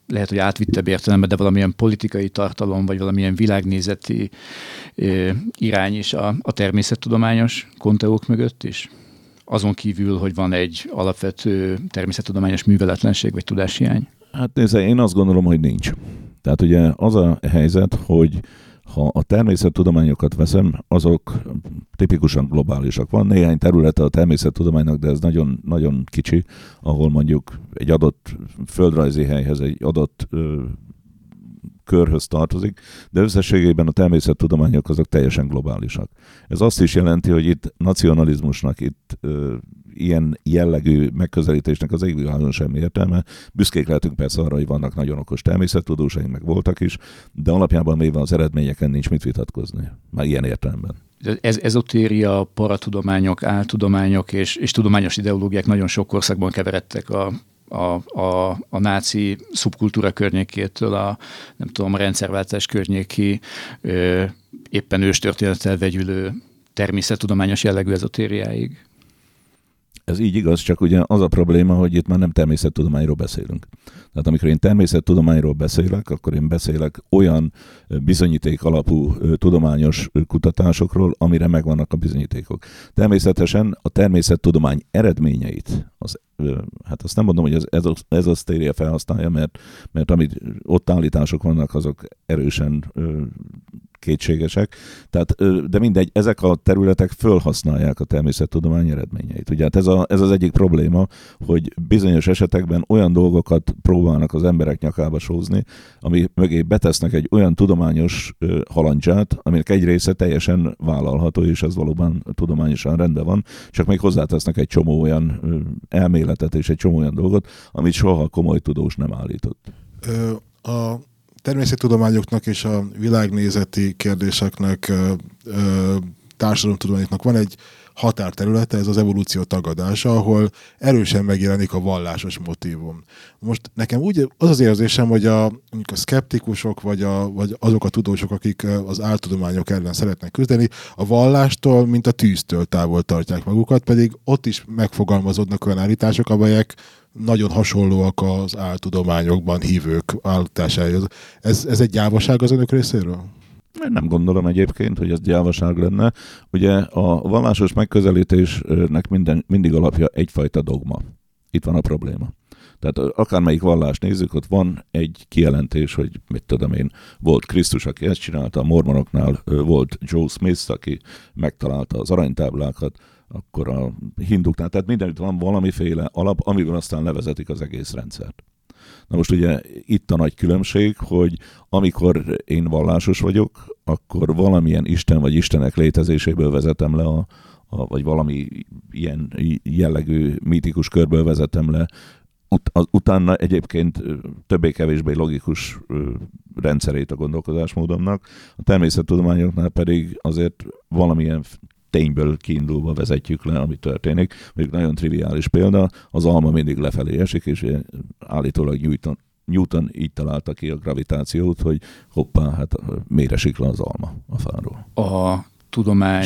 lehet, hogy átvittebb értelemben, de valamilyen politikai tartalom, vagy valamilyen világnézeti irány is a természettudományos konteók mögött is? Azon kívül, hogy van egy alapvető természettudományos műveletlenség, vagy tudáshiány? Hát nézze, én azt gondolom, hogy nincs. Tehát ugye az a helyzet, hogy ha a természettudományokat veszem, azok tipikusan globálisak. Van néhány területe a természettudománynak, de ez nagyon, nagyon kicsi, ahol mondjuk egy adott földrajzi helyhez, egy adott körhöz tartozik, de összességében a természettudományok azok teljesen globálisak. Ez azt is jelenti, hogy itt nacionalizmusnak, itt ilyen jellegű megközelítésnek az égvilágon semmi értelme. Büszkék lehetünk persze arra, hogy vannak nagyon okos természettudósaink, meg voltak is, de alapjában véve az eredményeken nincs mit vitatkozni. Már ilyen értelemben. Ez ezotéria, paratudományok, áltudományok és tudományos ideológiák nagyon sok országban keveredtek a náci szubkultúra környékétől a rendszerváltás környéki éppen őstörténettel vegyülő természettudományos jellegű ezotériáig. Ez így igaz, csak ugye az a probléma, hogy itt már nem természettudományról beszélünk. Tehát amikor én természettudományról beszélek, akkor én beszélek olyan bizonyíték alapú tudományos kutatásokról, amire megvannak a bizonyítékok. Természetesen a természettudomány eredményeit, hát azt nem mondom, hogy az ezotéria felhasználja, mert amit ott állítások vannak, azok erősen kétségesek. Tehát, de mindegy, ezek a területek fölhasználják a természettudomány eredményeit. Ugye hát ez az egyik probléma, hogy bizonyos esetekben olyan dolgokat próbálnak az emberek nyakába sózni, ami mögé betesznek egy olyan tudományos halandzsát, aminek egy része teljesen vállalható, és ez valóban tudományosan rendben van, csak még hozzátesznek egy csomó olyan elméletet és egy csomó olyan dolgot, amit soha komoly tudós nem állított. A természettudományoknak és a világnézeti kérdéseknek, társadalomtudományoknak van egy határterülete, ez az evolúció tagadása, ahol erősen megjelenik a vallásos motívum. Most nekem úgy az érzésem, hogy a szkeptikusok, vagy azok a tudósok, akik az áltudományok ellen szeretnek küzdeni, a vallástól, mint a tűztől távol tartják magukat, pedig ott is megfogalmazódnak olyan állítások, amelyek nagyon hasonlóak az áltudományokban hívők állításához. Ez egy gyávaság az önök részéről? Én nem gondolom egyébként, hogy ez gyávaság lenne. Ugye a vallásos megközelítésnek mindig alapja egyfajta dogma. Itt van a probléma. Tehát akármelyik vallást nézzük, ott van egy kijelentés, hogy mit tudom én, volt Krisztus, aki ezt csinálta, a mormonoknál volt Joe Smith, aki megtalálta az aranytáblákat, akkor a hinduknál, tehát mindenütt van valamiféle alap, amiből aztán levezetik az egész rendszert. Na most ugye itt a nagy különbség, hogy amikor én vallásos vagyok, akkor valamilyen Isten vagy Istenek létezéséből vezetem le, vagy valami ilyen jellegű mítikus körből vezetem le, utána egyébként többé-kevésbé logikus rendszerét a gondolkodásmódomnak, a természettudományoknál pedig azért valamilyen tényből kiindulva vezetjük le, ami történik. Mondjuk nagyon triviális példa, az alma mindig lefelé esik, és állítólag Newton így találta ki a gravitációt, hogy hoppá, hát miért esik le az alma a fáról. A tudomány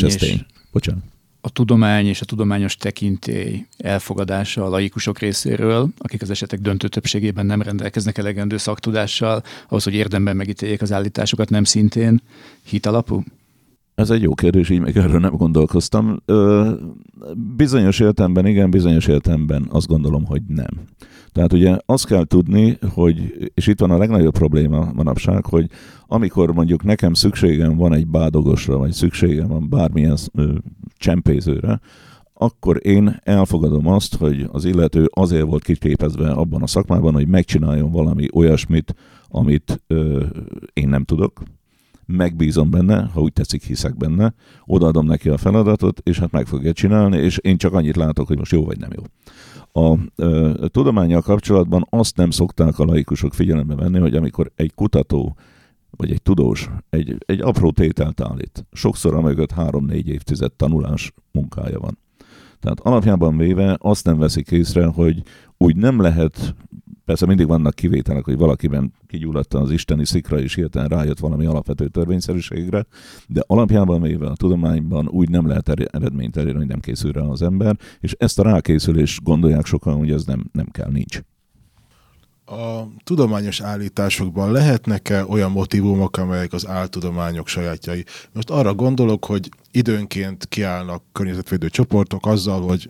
a tudomány és a tudományos tekintély elfogadása a laikusok részéről, akik az esetek döntő többségében nem rendelkeznek elegendő szaktudással, ahhoz, hogy érdemben megítéljék az állításokat, nem szintén hitalapú? Ez egy jó kérdés, így meg erről nem gondolkoztam. Bizonyos értelemben igen, bizonyos értelemben azt gondolom, hogy nem. Tehát ugye azt kell tudni, hogy, és itt van a legnagyobb probléma manapság, hogy amikor mondjuk nekem szükségem van egy bádogosra, vagy szükségem van bármilyen csempészőre, akkor én elfogadom azt, hogy az illető azért volt kiképezve abban a szakmában, hogy megcsináljon valami olyasmit, amit én nem tudok. Megbízom benne, ha úgy tetszik, hiszek benne, odaadom neki a feladatot, és hát meg fogja csinálni, és én csak annyit látok, hogy most jó vagy nem jó. A tudománnyal kapcsolatban azt nem szokták a laikusok figyelembe venni, hogy amikor egy kutató, vagy egy tudós egy apró tételt állít, sokszor amögött 3-4 évtized tanulás munkája van. Tehát alapjában véve azt nem veszik észre, hogy úgy nem lehet, persze mindig vannak kivételek, hogy valakiben kigyulladt az isteni szikra, és hirtelen rájött valami alapvető törvényszerűségre, de alapjában véve a tudományban úgy nem lehet eredményt elérni, hogy nem készül rá az ember, és ezt a rákészülést gondolják sokan, hogy ez nem kell, nincs. A tudományos állításokban lehetnek-e olyan motívumok, amelyek az áltudományok sajátjai? Most arra gondolok, hogy időnként kiállnak környezetvédő csoportok azzal, hogy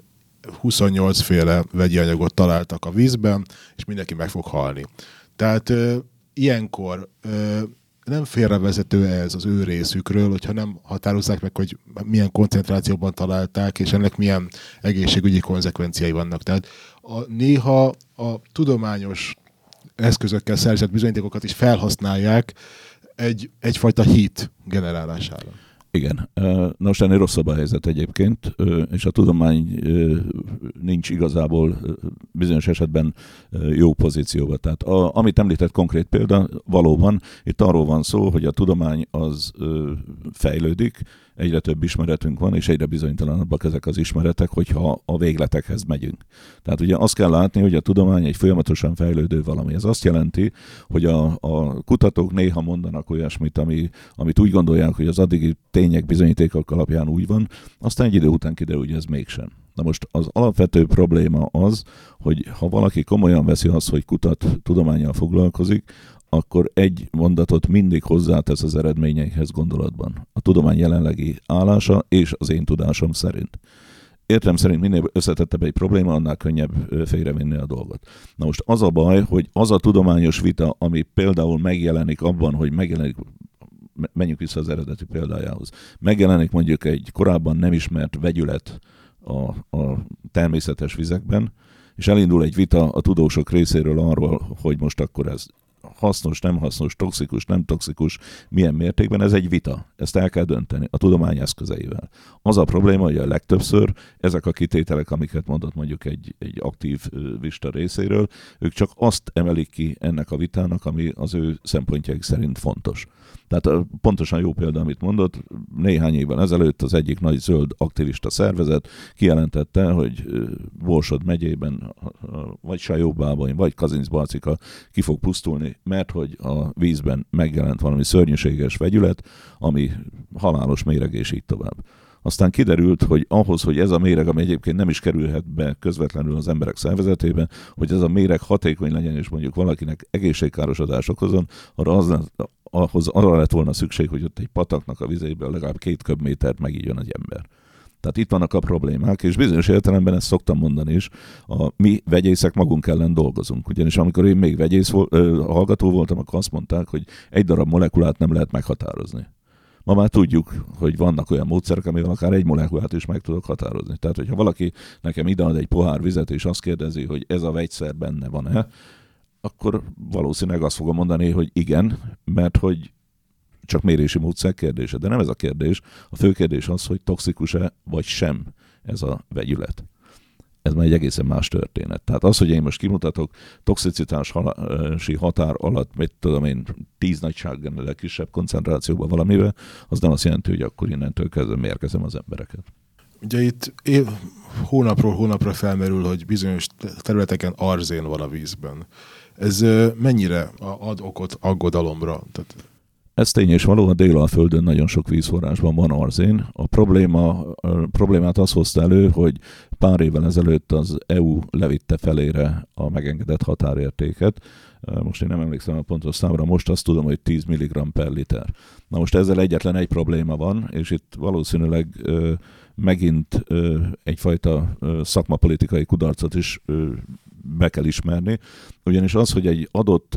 28 féle vegyi anyagot találtak a vízben, és mindenki meg fog halni. Tehát ilyenkor nem félrevezető ez az ő részükről, hogyha nem határozzák meg, hogy milyen koncentrációban találták, és ennek milyen egészségügyi konzekvenciái vannak. Tehát néha a tudományos eszközökkel szerzett bizonyítékokat is felhasználják egyfajta hit generálására. Igen. Na most ennél rosszabb a helyzet egyébként, és a tudomány nincs igazából bizonyos esetben jó pozícióban. Tehát amit említett konkrét példa, valóban itt arról van szó, hogy a tudomány az fejlődik, egyre több ismeretünk van, és egyre bizonytalanabbak ezek az ismeretek, hogyha a végletekhez megyünk. Tehát ugye azt kell látni, hogy a tudomány egy folyamatosan fejlődő valami. Ez azt jelenti, hogy a kutatók néha mondanak olyasmit, amit úgy gondolják, hogy az addigi tények, bizonyítékok alapján úgy van, aztán egy idő után kiderül, hogy ez mégsem. Na most az alapvető probléma az, hogy ha valaki komolyan veszi azt, hogy kutat, tudománnyal foglalkozik, akkor egy mondatot mindig hozzátesz az eredményeihez gondolatban. A tudomány jelenlegi állása és az én tudásom szerint. Értem szerint minél összetettebb egy probléma, annál könnyebb félrevinni a dolgot. Na most az a baj, hogy az a tudományos vita, ami például megjelenik abban, hogy menjünk vissza az eredeti példájához, megjelenik mondjuk egy korábban nem ismert vegyület a természetes vizekben, és elindul egy vita a tudósok részéről arról, hogy most akkor ez hasznos, nem hasznos, toxikus, nem toxikus, milyen mértékben, ez egy vita. Ezt el kell dönteni a tudomány eszközeivel. Az a probléma, hogy a legtöbbször ezek a kitételek, amiket mondott mondjuk egy aktív vista részéről, ők csak azt emelik ki ennek a vitának, ami az ő szempontjaik szerint fontos. Tehát pontosan jó példa, amit mondott, néhány évvel ezelőtt az egyik nagy zöld aktivista szervezet kijelentette, hogy Borsod megyében, vagy Sajóbábony, vagy Kazincbarcika ki fog pusztulni, mert hogy a vízben megjelent valami szörnyűséges vegyület, ami halálos méreg, és így tovább. Aztán kiderült, hogy ahhoz, hogy ez a méreg, ami egyébként nem is kerülhet be közvetlenül az emberek szervezetébe, hogy ez a méreg hatékony legyen, és mondjuk valakinek egészségkárosodás okozon, arra lett volna szükség, hogy ott egy pataknak a vizéből legalább 2 köbmétert megígyon egy ember. Tehát itt vannak a problémák, és bizonyos értelemben ezt szoktam mondani is, mi vegyészek magunk ellen dolgozunk. Ugyanis amikor én még hallgató voltam, akkor azt mondták, hogy egy darab molekulát nem lehet meghatározni. Ma már tudjuk, hogy vannak olyan módszerek, amivel akár egy molekulát is meg tudok határozni. Tehát, hogyha valaki nekem idead egy pohár vizet, és azt kérdezi, hogy ez a vegyszer benne van-e, akkor valószínűleg azt fogom mondani, hogy igen, mert hogy csak mérési módszer kérdése. De nem ez a kérdés. A fő kérdés az, hogy toxikus-e vagy sem ez a vegyület. Ez már egy egészen más történet. Tehát az, hogy én most kimutatok toxicitási határ alatt, mit tudom én, 10 nagyságrendel kisebb koncentrációban valamivel, az nem azt jelenti, hogy akkor innentől kezdve mérgezem az embereket. Ugye itt hónapról hónapra felmerül, hogy bizonyos területeken arzén van a vízben. Ez mennyire ad okot aggodalomra? Tehát... Ez tény és való, a Dél-Alföldön nagyon sok vízforrásban van arzén. A problémát az hozta elő, hogy pár évvel ezelőtt az EU levitte felére a megengedett határértéket. Most én nem emlékszem a pontos számra, most azt tudom, hogy 10 mg per liter. Na most ezzel egyetlen egy probléma van, és itt valószínűleg megint egyfajta szakmapolitikai kudarcot is be kell ismerni. Ugyanis az, hogy egy adott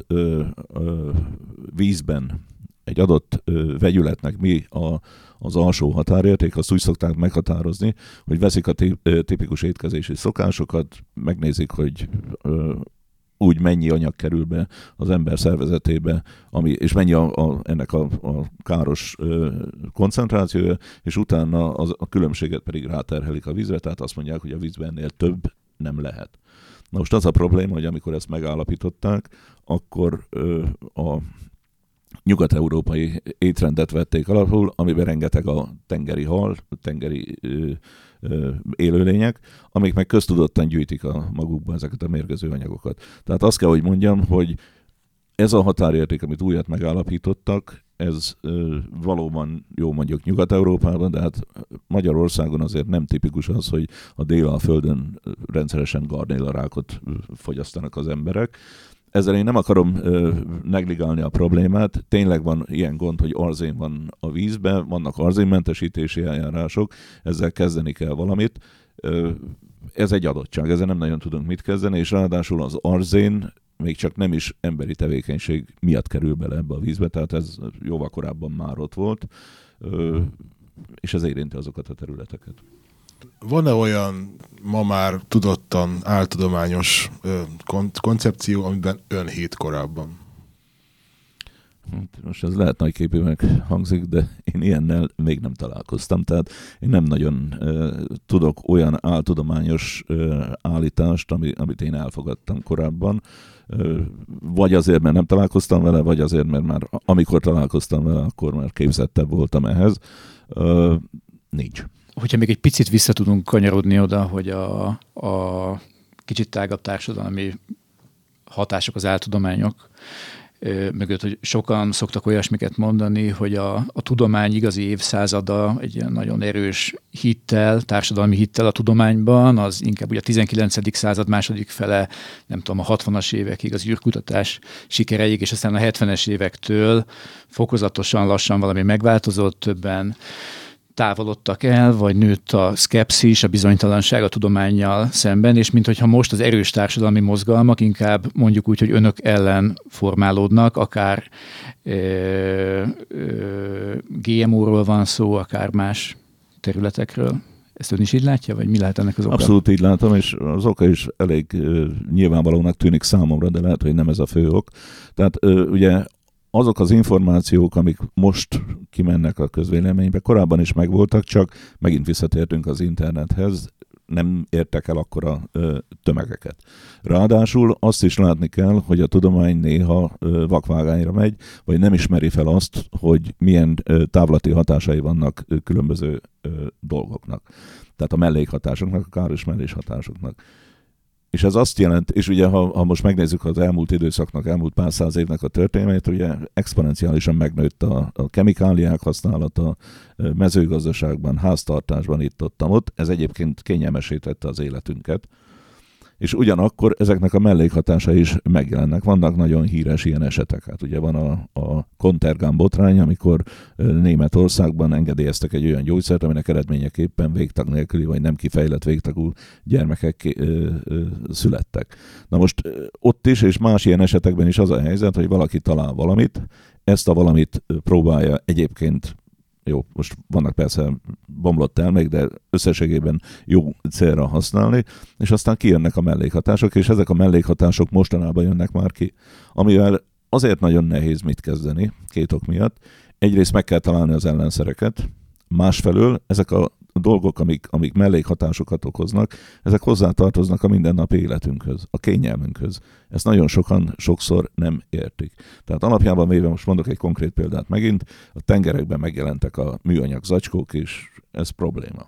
vízben, egy adott vegyületnek mi az alsó határérték, azt úgy szokták meghatározni, hogy veszik a tipikus étkezési szokásokat, megnézik, hogy úgy mennyi anyag kerül be az ember szervezetébe, és mennyi ennek a káros koncentrációja, és utána a különbséget pedig ráterhelik a vízre, tehát azt mondják, hogy a vízben ennél több nem lehet. Na most az a probléma, hogy amikor ezt megállapították, akkor a nyugat-európai étrendet vették alapul, amiben rengeteg a tengeri hal, tengeri élőlények, amik meg köztudottan gyűjtik magukban ezeket a mérgező anyagokat. Tehát azt kell, hogy mondjam, hogy ez a határérték, amit újat megállapítottak, ez valóban jó mondjuk Nyugat-Európában, de hát Magyarországon azért nem tipikus az, hogy a Dél-Alföldön rendszeresen garnélarákot fogyasztanak az emberek. ezzel én nem akarom negligálni a problémát. Tényleg van ilyen gond, hogy arzén van a vízben, vannak arzénmentesítési eljárások, ezzel kezdeni kell valamit. Ez egy adottság, ezzel nem nagyon tudunk mit kezdeni, és ráadásul az arzén még csak nem is emberi tevékenység miatt kerül bele ebbe a vízbe, tehát ez jóval korábban már ott volt, és ez érinti azokat a területeket. Van-e olyan ma már tudottan áltudományos koncepció, amiben ön hitt korábban? Most ez lehet nagyképűnek hangzik, de én ilyennel még nem találkoztam. Tehát én nem nagyon tudok olyan áltudományos állítást, amit én elfogadtam korábban. Vagy azért, mert nem találkoztam vele, vagy azért, mert már amikor találkoztam vele, akkor már képzettebb voltam ehhez. Nincs. Hogyha még egy picit vissza tudunk kanyarodni oda, hogy a kicsit tágabb társadalmi hatások, az áltudományok mögött, hogy sokan szoktak olyasmiket mondani, hogy a tudomány igazi évszázada egy ilyen nagyon erős hittel, társadalmi hittel a tudományban, az inkább ugye a 19. század második fele, nem tudom, a 60-as évekig az űrkutatás sikereig, és aztán a 70-es évektől fokozatosan, lassan valami megváltozott, többen távolodtak el, vagy nőtt a szkepszis, a bizonytalanság a tudománnyal szemben, és minthogyha most az erős társadalmi mozgalmak inkább mondjuk úgy, hogy önök ellen formálódnak, akár GMO-ról van szó, akár más területekről. Ezt ön is így látja, vagy mi lehet ennek az oka? Abszolút így látom, és az oka is elég nyilvánvalónak tűnik számomra, de lehet, hogy nem ez a fő ok. Tehát ugye azok az információk, amik most kimennek a közvéleménybe, korábban is megvoltak, csak megint visszatértünk az internethez, nem értek el akkora tömegeket. Ráadásul azt is látni kell, hogy a tudomány néha vakvágányra megy, vagy nem ismeri fel azt, hogy milyen távlati hatásai vannak különböző dolgoknak. Tehát a mellékhatásoknak, a káros mellékhatásoknak. És ez azt jelent, és ugye ha most megnézzük az elmúlt időszaknak, elmúlt pár száz évnek a történelmét, ugye exponenciálisan megnőtt a kemikáliák használata mezőgazdaságban, háztartásban, itt-ott. Ez egyébként kényelmesítette az életünket. És ugyanakkor ezeknek a mellékhatásai is megjelennek. Vannak nagyon híres ilyen esetek. Hát ugye van a Contergan botrány, amikor Németországban engedélyeztek egy olyan gyógyszert, aminek eredményeképpen végtag nélküli, vagy nem kifejlett végtagú gyermekek születtek. Na most ott is, és más ilyen esetekben is az a helyzet, hogy valaki talál valamit, ezt a valamit próbálja egyébként, jó, most vannak persze bomlott elmék, de összességében jó célra használni, és aztán kijönnek a mellékhatások, és ezek a mellékhatások mostanában jönnek már ki, amivel azért nagyon nehéz mit kezdeni, két ok miatt. Egyrészt meg kell találni az ellenszereket, másfelől ezek a dolgok, amik mellékhatásokat okoznak, ezek hozzátartoznak a mindennapi életünkhöz, a kényelmünkhöz. Ezt nagyon sokan sokszor nem értik. Tehát alapjában véve, most mondok egy konkrét példát megint, a tengerekben megjelentek a műanyag zacskók, és ez probléma.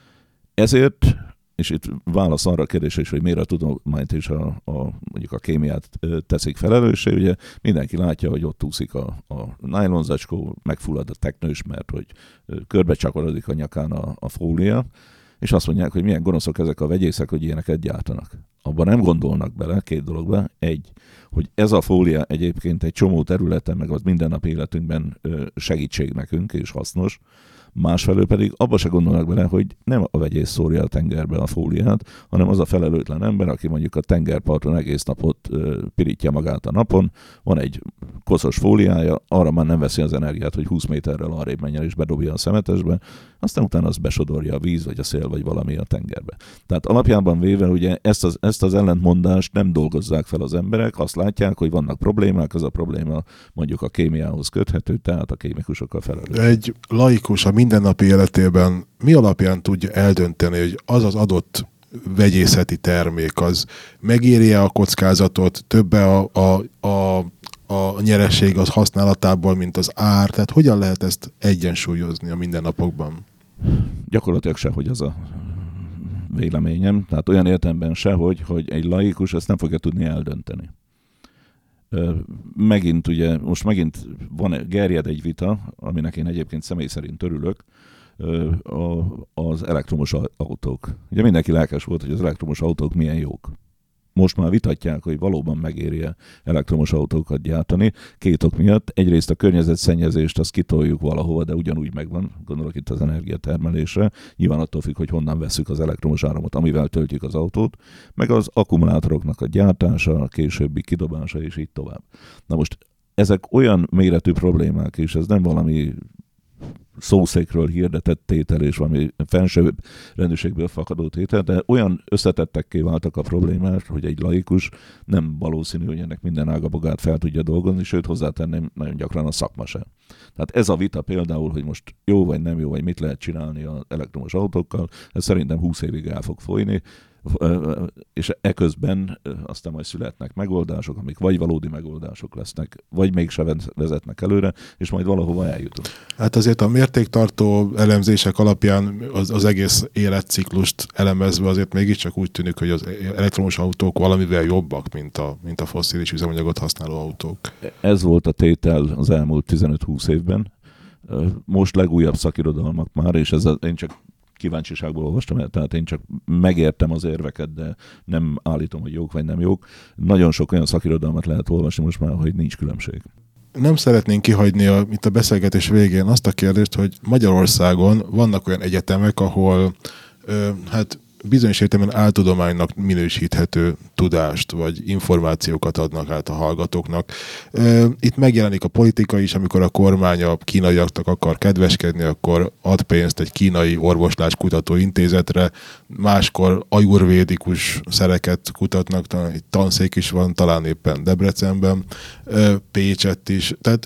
Ezért, és itt válasz arra a kérdésre is, hogy miért a tudományt és mondjuk a kémiát teszik felelőssé, ugye mindenki látja, hogy ott úszik a nylon zacskó, megfullad a teknős, mert hogy körbecsakorodik a nyakán a fólia, és azt mondják, hogy milyen gonoszok ezek a vegyészek, hogy ilyeneket gyártanak. Abban nem gondolnak bele, két dologba. Egy, hogy ez a fólia egyébként egy csomó területen, meg az mindennapi életünkben segítség nekünk és hasznos. Másfelől pedig abba se gondolnak bele, hogy nem a vegyész szórja a tengerbe a fóliát, hanem az a felelőtlen ember, aki mondjuk a tengerparton egész napot pirítja magát a napon, van egy koszos fóliája, arra már nem veszi az energiát, hogy 20 méterrel arrébb menjen és bedobja a szemetesbe, aztán utána azt besodorja a víz, vagy a szél, vagy valami a tengerbe. Tehát alapjában véve ugye ezt az ellentmondást nem dolgozzák fel az emberek, azt látják, hogy vannak problémák, az a probléma mondjuk a kémiához köthető, tehát a kémikusokkal felelős. Egy laikus a mindennapi életében mi alapján tudja eldönteni, hogy az az adott vegyészeti termék, az megéri-e a kockázatot, többe a nyereség az használatából, mint az ár, tehát hogyan lehet ezt egyensúlyozni a mindennapokban? Gyakorlatilag sehogy az a véleményem, tehát olyan értelemben sehogy, hogy egy laikus ezt nem fogja tudni eldönteni. Megint ugye, most megint gerjed egy vita, aminek én egyébként személy szerint örülök, az elektromos autók. Ugye mindenki lelkes volt, hogy az elektromos autók milyen jók. most már vitatják, hogy valóban megéri-e elektromos autókat gyártani. Két ok miatt. Egyrészt a környezetszennyezést azt kitoljuk valahova, de ugyanúgy megvan, gondolok itt az energiatermelésre. Nyilván attól függ, hogy honnan veszük az elektromos áramot, amivel töltjük az autót, meg az akkumulátoroknak a gyártása, a későbbi kidobása és így tovább. Na most ezek olyan méretű problémák, és ez nem valami szószékről hirdetett tétel és valami felső rendőrségből fakadó tétel, de olyan összetettekké váltak a problémák, hogy egy laikus nem valószínű, hogy ennek minden ágabogát fel tudja dolgozni, sőt hozzátenném nagyon gyakran a szakma sem. Tehát ez a vita például, hogy most jó vagy nem jó, vagy mit lehet csinálni az elektromos autókkal, ez szerintem 20 évig el fog folyni, és eközben aztán majd születnek megoldások, amik vagy valódi megoldások lesznek, vagy mégse vezetnek előre, és majd valahova eljutunk. Hát azért a mértéktartó elemzések alapján az egész életciklust elemezve azért mégiscsak úgy tűnik, hogy az elektromos autók valamivel jobbak, mint a fosszilis üzemanyagot használó autók. Ez volt a tétel az elmúlt 15-20 évben. Most legújabb szakirodalmak már, és én csak kíváncsiságból olvastam el, tehát én csak megértem az érveket, de nem állítom, hogy jók vagy nem jók. Nagyon sok olyan szakirodalmat lehet olvasni most már, hogy nincs különbség. Nem szeretnénk kihagyni itt a beszélgetés végén azt a kérdést, hogy Magyarországon vannak olyan egyetemek, ahol bizonyos értelemben áltudománynak minősíthető tudást vagy információkat adnak át a hallgatóknak. Itt megjelenik a politika is, amikor a kormány a kínaiaknak akar kedveskedni, akkor ad pénzt egy kínai orvosláskutató intézetre, máskor ajurvédikus szereket kutatnak, talán egy tanszék is van, talán éppen Debrecenben, Pécsett is. Tehát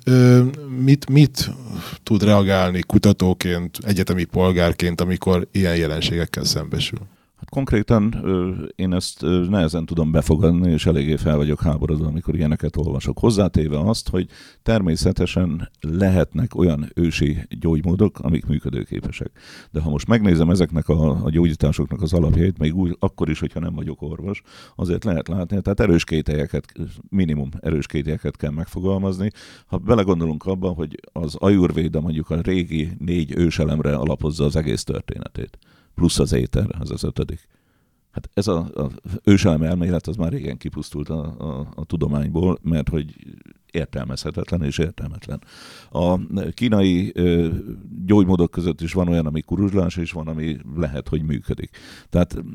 mit tud reagálni kutatóként, egyetemi polgárként, amikor ilyen jelenségekkel szembesül? Konkrétan én ezt nehezen tudom befogadni, és eléggé fel vagyok háborodva, amikor ilyeneket olvasok. Hozzátéve azt, hogy természetesen lehetnek olyan ősi gyógymódok, amik működőképesek. De ha most megnézem ezeknek a gyógyításoknak az alapjait, még úgy, akkor is, hogyha nem vagyok orvos, azért lehet látni, tehát minimum erős kételyeket kell megfogalmazni. Ha belegondolunk abban, hogy az ajurvéda mondjuk a régi 4 őselemre alapozza az egész történetét, plusz az éter, az 5. Hát ez az őselem elmélet az már régen kipusztult a tudományból, mert hogy értelmezhetetlen és értelmetlen. A kínai gyógymódok között is van olyan, ami kuruzslás, és van, ami lehet, hogy működik. Tehát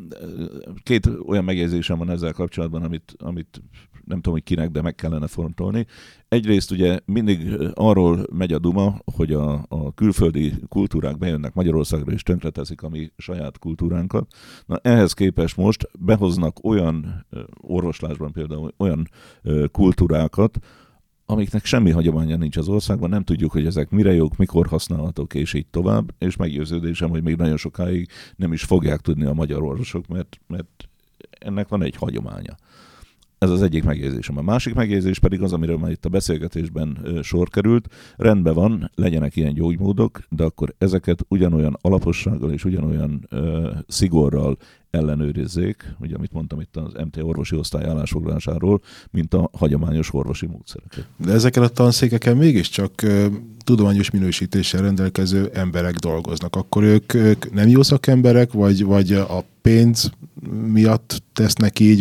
2 olyan megjegyzésem van ezzel kapcsolatban, amit nem tudom, hogy kinek, de meg kellene fontolni. Egyrészt ugye mindig arról megy a duma, hogy a külföldi kultúrák bejönnek Magyarországra és tönkreteszik a mi saját kultúránkat. Na ehhez képest most behoznak olyan orvoslásban például olyan kultúrákat, amiknek semmi hagyománya nincs az országban, nem tudjuk, hogy ezek mire jók, mikor használhatók, és így tovább, és meggyőződésem, hogy még nagyon sokáig nem is fogják tudni a magyar orvosok, mert ennek van egy hagyománya. Ez az egyik megjegyzésem. A másik megjegyzés pedig az, amiről már itt a beszélgetésben sor került. Rendben van, legyenek ilyen gyógymódok, de akkor ezeket ugyanolyan alapossággal és ugyanolyan szigorral ellenőrizzék, ugye amit mondtam itt az MT orvosi osztály állásfoglalásáról, mint a hagyományos orvosi módszereket. De ezeken a tanszékeken mégiscsak tudományos minősítéssel rendelkező emberek dolgoznak. Akkor ők nem jó szakemberek, vagy a pénz miatt tesznek így,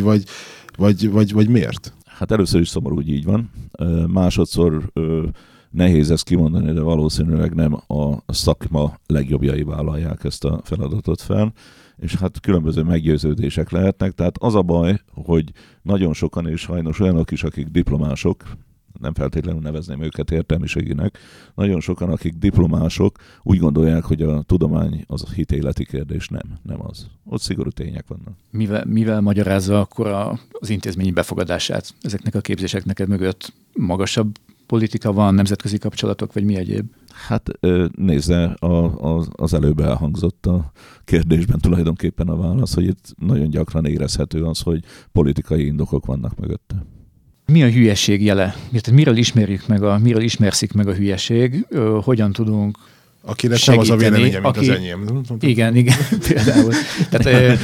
vagy miért? Hát először is szomorú, hogy így van. Másodszor nehéz ezt kimondani, de valószínűleg nem a szakma legjobbjai vállalják ezt a feladatot fel, és hát különböző meggyőződések lehetnek. Tehát az a baj, hogy nagyon sokan, és sajnos olyanok is, akik diplomások, nem feltétlenül nevezném őket értelmiséginek, nagyon sokan, akik diplomások, úgy gondolják, hogy a tudomány az a hitéleti kérdés. Nem az. Ott szigorú tények vannak. Mivel magyarázza akkor az intézményi befogadását ezeknek a képzéseknek mögött? Magasabb politika van, nemzetközi kapcsolatok, vagy mi egyéb? Hát nézze, az előbb elhangzott a kérdésben tulajdonképpen a válasz, hogy itt nagyon gyakran érezhető az, hogy politikai indokok vannak mögötte. Mi a hülyeség jele? Miről ismerszik meg a hülyeség? Hogyan tudunk akinek nem az a véleménye, mint az enyém. Igen, például. Tehát,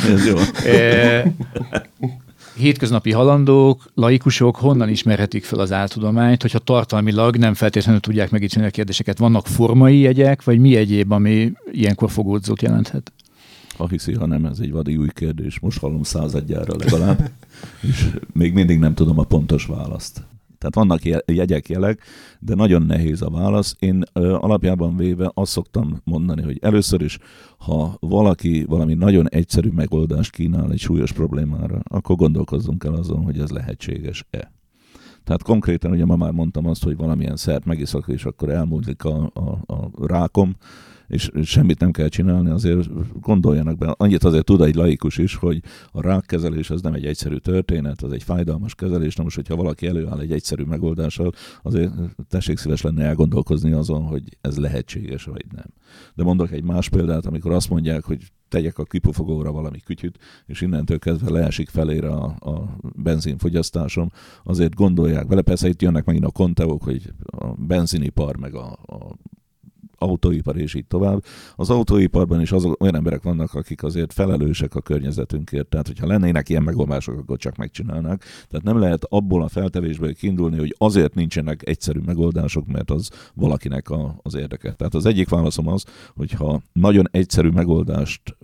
hétköznapi halandók, laikusok honnan ismerhetik fel az áltudományt, hogyha tartalmilag nem feltétlenül tudják megítélni a kérdéseket. Vannak formai jegyek, vagy mi egyéb, ami ilyenkor fogódzót jelenthet? Ha hiszi, ha nem, ez egy vadi új kérdés. Most hallom 101-jára legalább, és még mindig nem tudom a pontos választ. Tehát vannak jegyek, jelek, de nagyon nehéz a válasz. Én alapjában véve azt szoktam mondani, hogy először is, ha valaki valami nagyon egyszerű megoldást kínál egy súlyos problémára, akkor gondolkozzunk el azon, hogy ez lehetséges-e. Tehát konkrétan, ugye ma már mondtam azt, hogy valamilyen szert megiszok, és akkor elmúlik a rákom, és semmit nem kell csinálni, azért gondoljanak be. Annyit azért tud egy laikus is, hogy a rákkezelés az nem egy egyszerű történet, az egy fájdalmas kezelés. Na most, hogyha valaki előáll egy egyszerű megoldással, azért tessék szíves lenne elgondolkozni azon, hogy ez lehetséges, vagy nem. De mondok egy más példát, amikor azt mondják, hogy tegyek a kipufogóra valami kütyüt, és innentől kezdve leesik felére a benzinfogyasztásom, azért gondolják vele. Persze itt jönnek megint a konteók, hogy a benzinipar, meg a autóipar és így tovább. Az autóiparban is olyan emberek vannak, akik azért felelősek a környezetünkért. Tehát, hogyha lennének ilyen megoldások, akkor csak megcsinálnák. Tehát nem lehet abból a feltevésből kiindulni, hogy azért nincsenek egyszerű megoldások, mert az valakinek az érdeke. Tehát az egyik válaszom az, hogyha nagyon egyszerű megoldást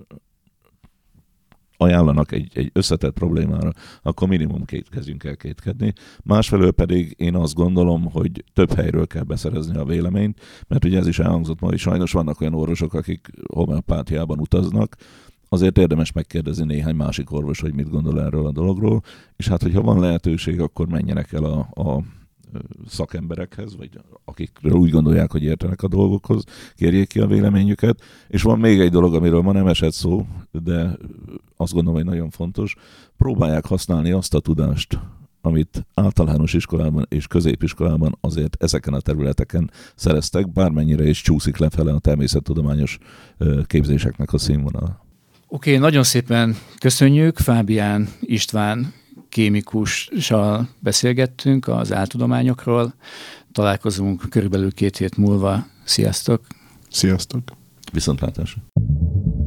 ajánlanak egy összetett problémára, akkor minimum kezdjünk el kétkedni. Másfelől pedig én azt gondolom, hogy több helyről kell beszerezni a véleményt, mert ugye ez is elhangzott ma, hogy sajnos vannak olyan orvosok, akik homeopátiában utaznak, azért érdemes megkérdezni néhány másik orvos, hogy mit gondol erről a dologról, és hát, hogyha van lehetőség, akkor menjenek el a szakemberekhez, vagy akikről úgy gondolják, hogy értenek a dolgokhoz, kérjék ki a véleményüket. És van még egy dolog, amiről ma nem esett szó, de azt gondolom, hogy nagyon fontos. Próbálják használni azt a tudást, amit általános iskolában és középiskolában azért ezeken a területeken szereztek, bármennyire is csúszik lefele a természettudományos képzéseknek a színvonala. Oké, nagyon szépen köszönjük. Fábián István kémikussal beszélgettünk az áltudományokról. Találkozunk körülbelül 2 hét múlva. Sziasztok! Sziasztok! Viszontlátásra!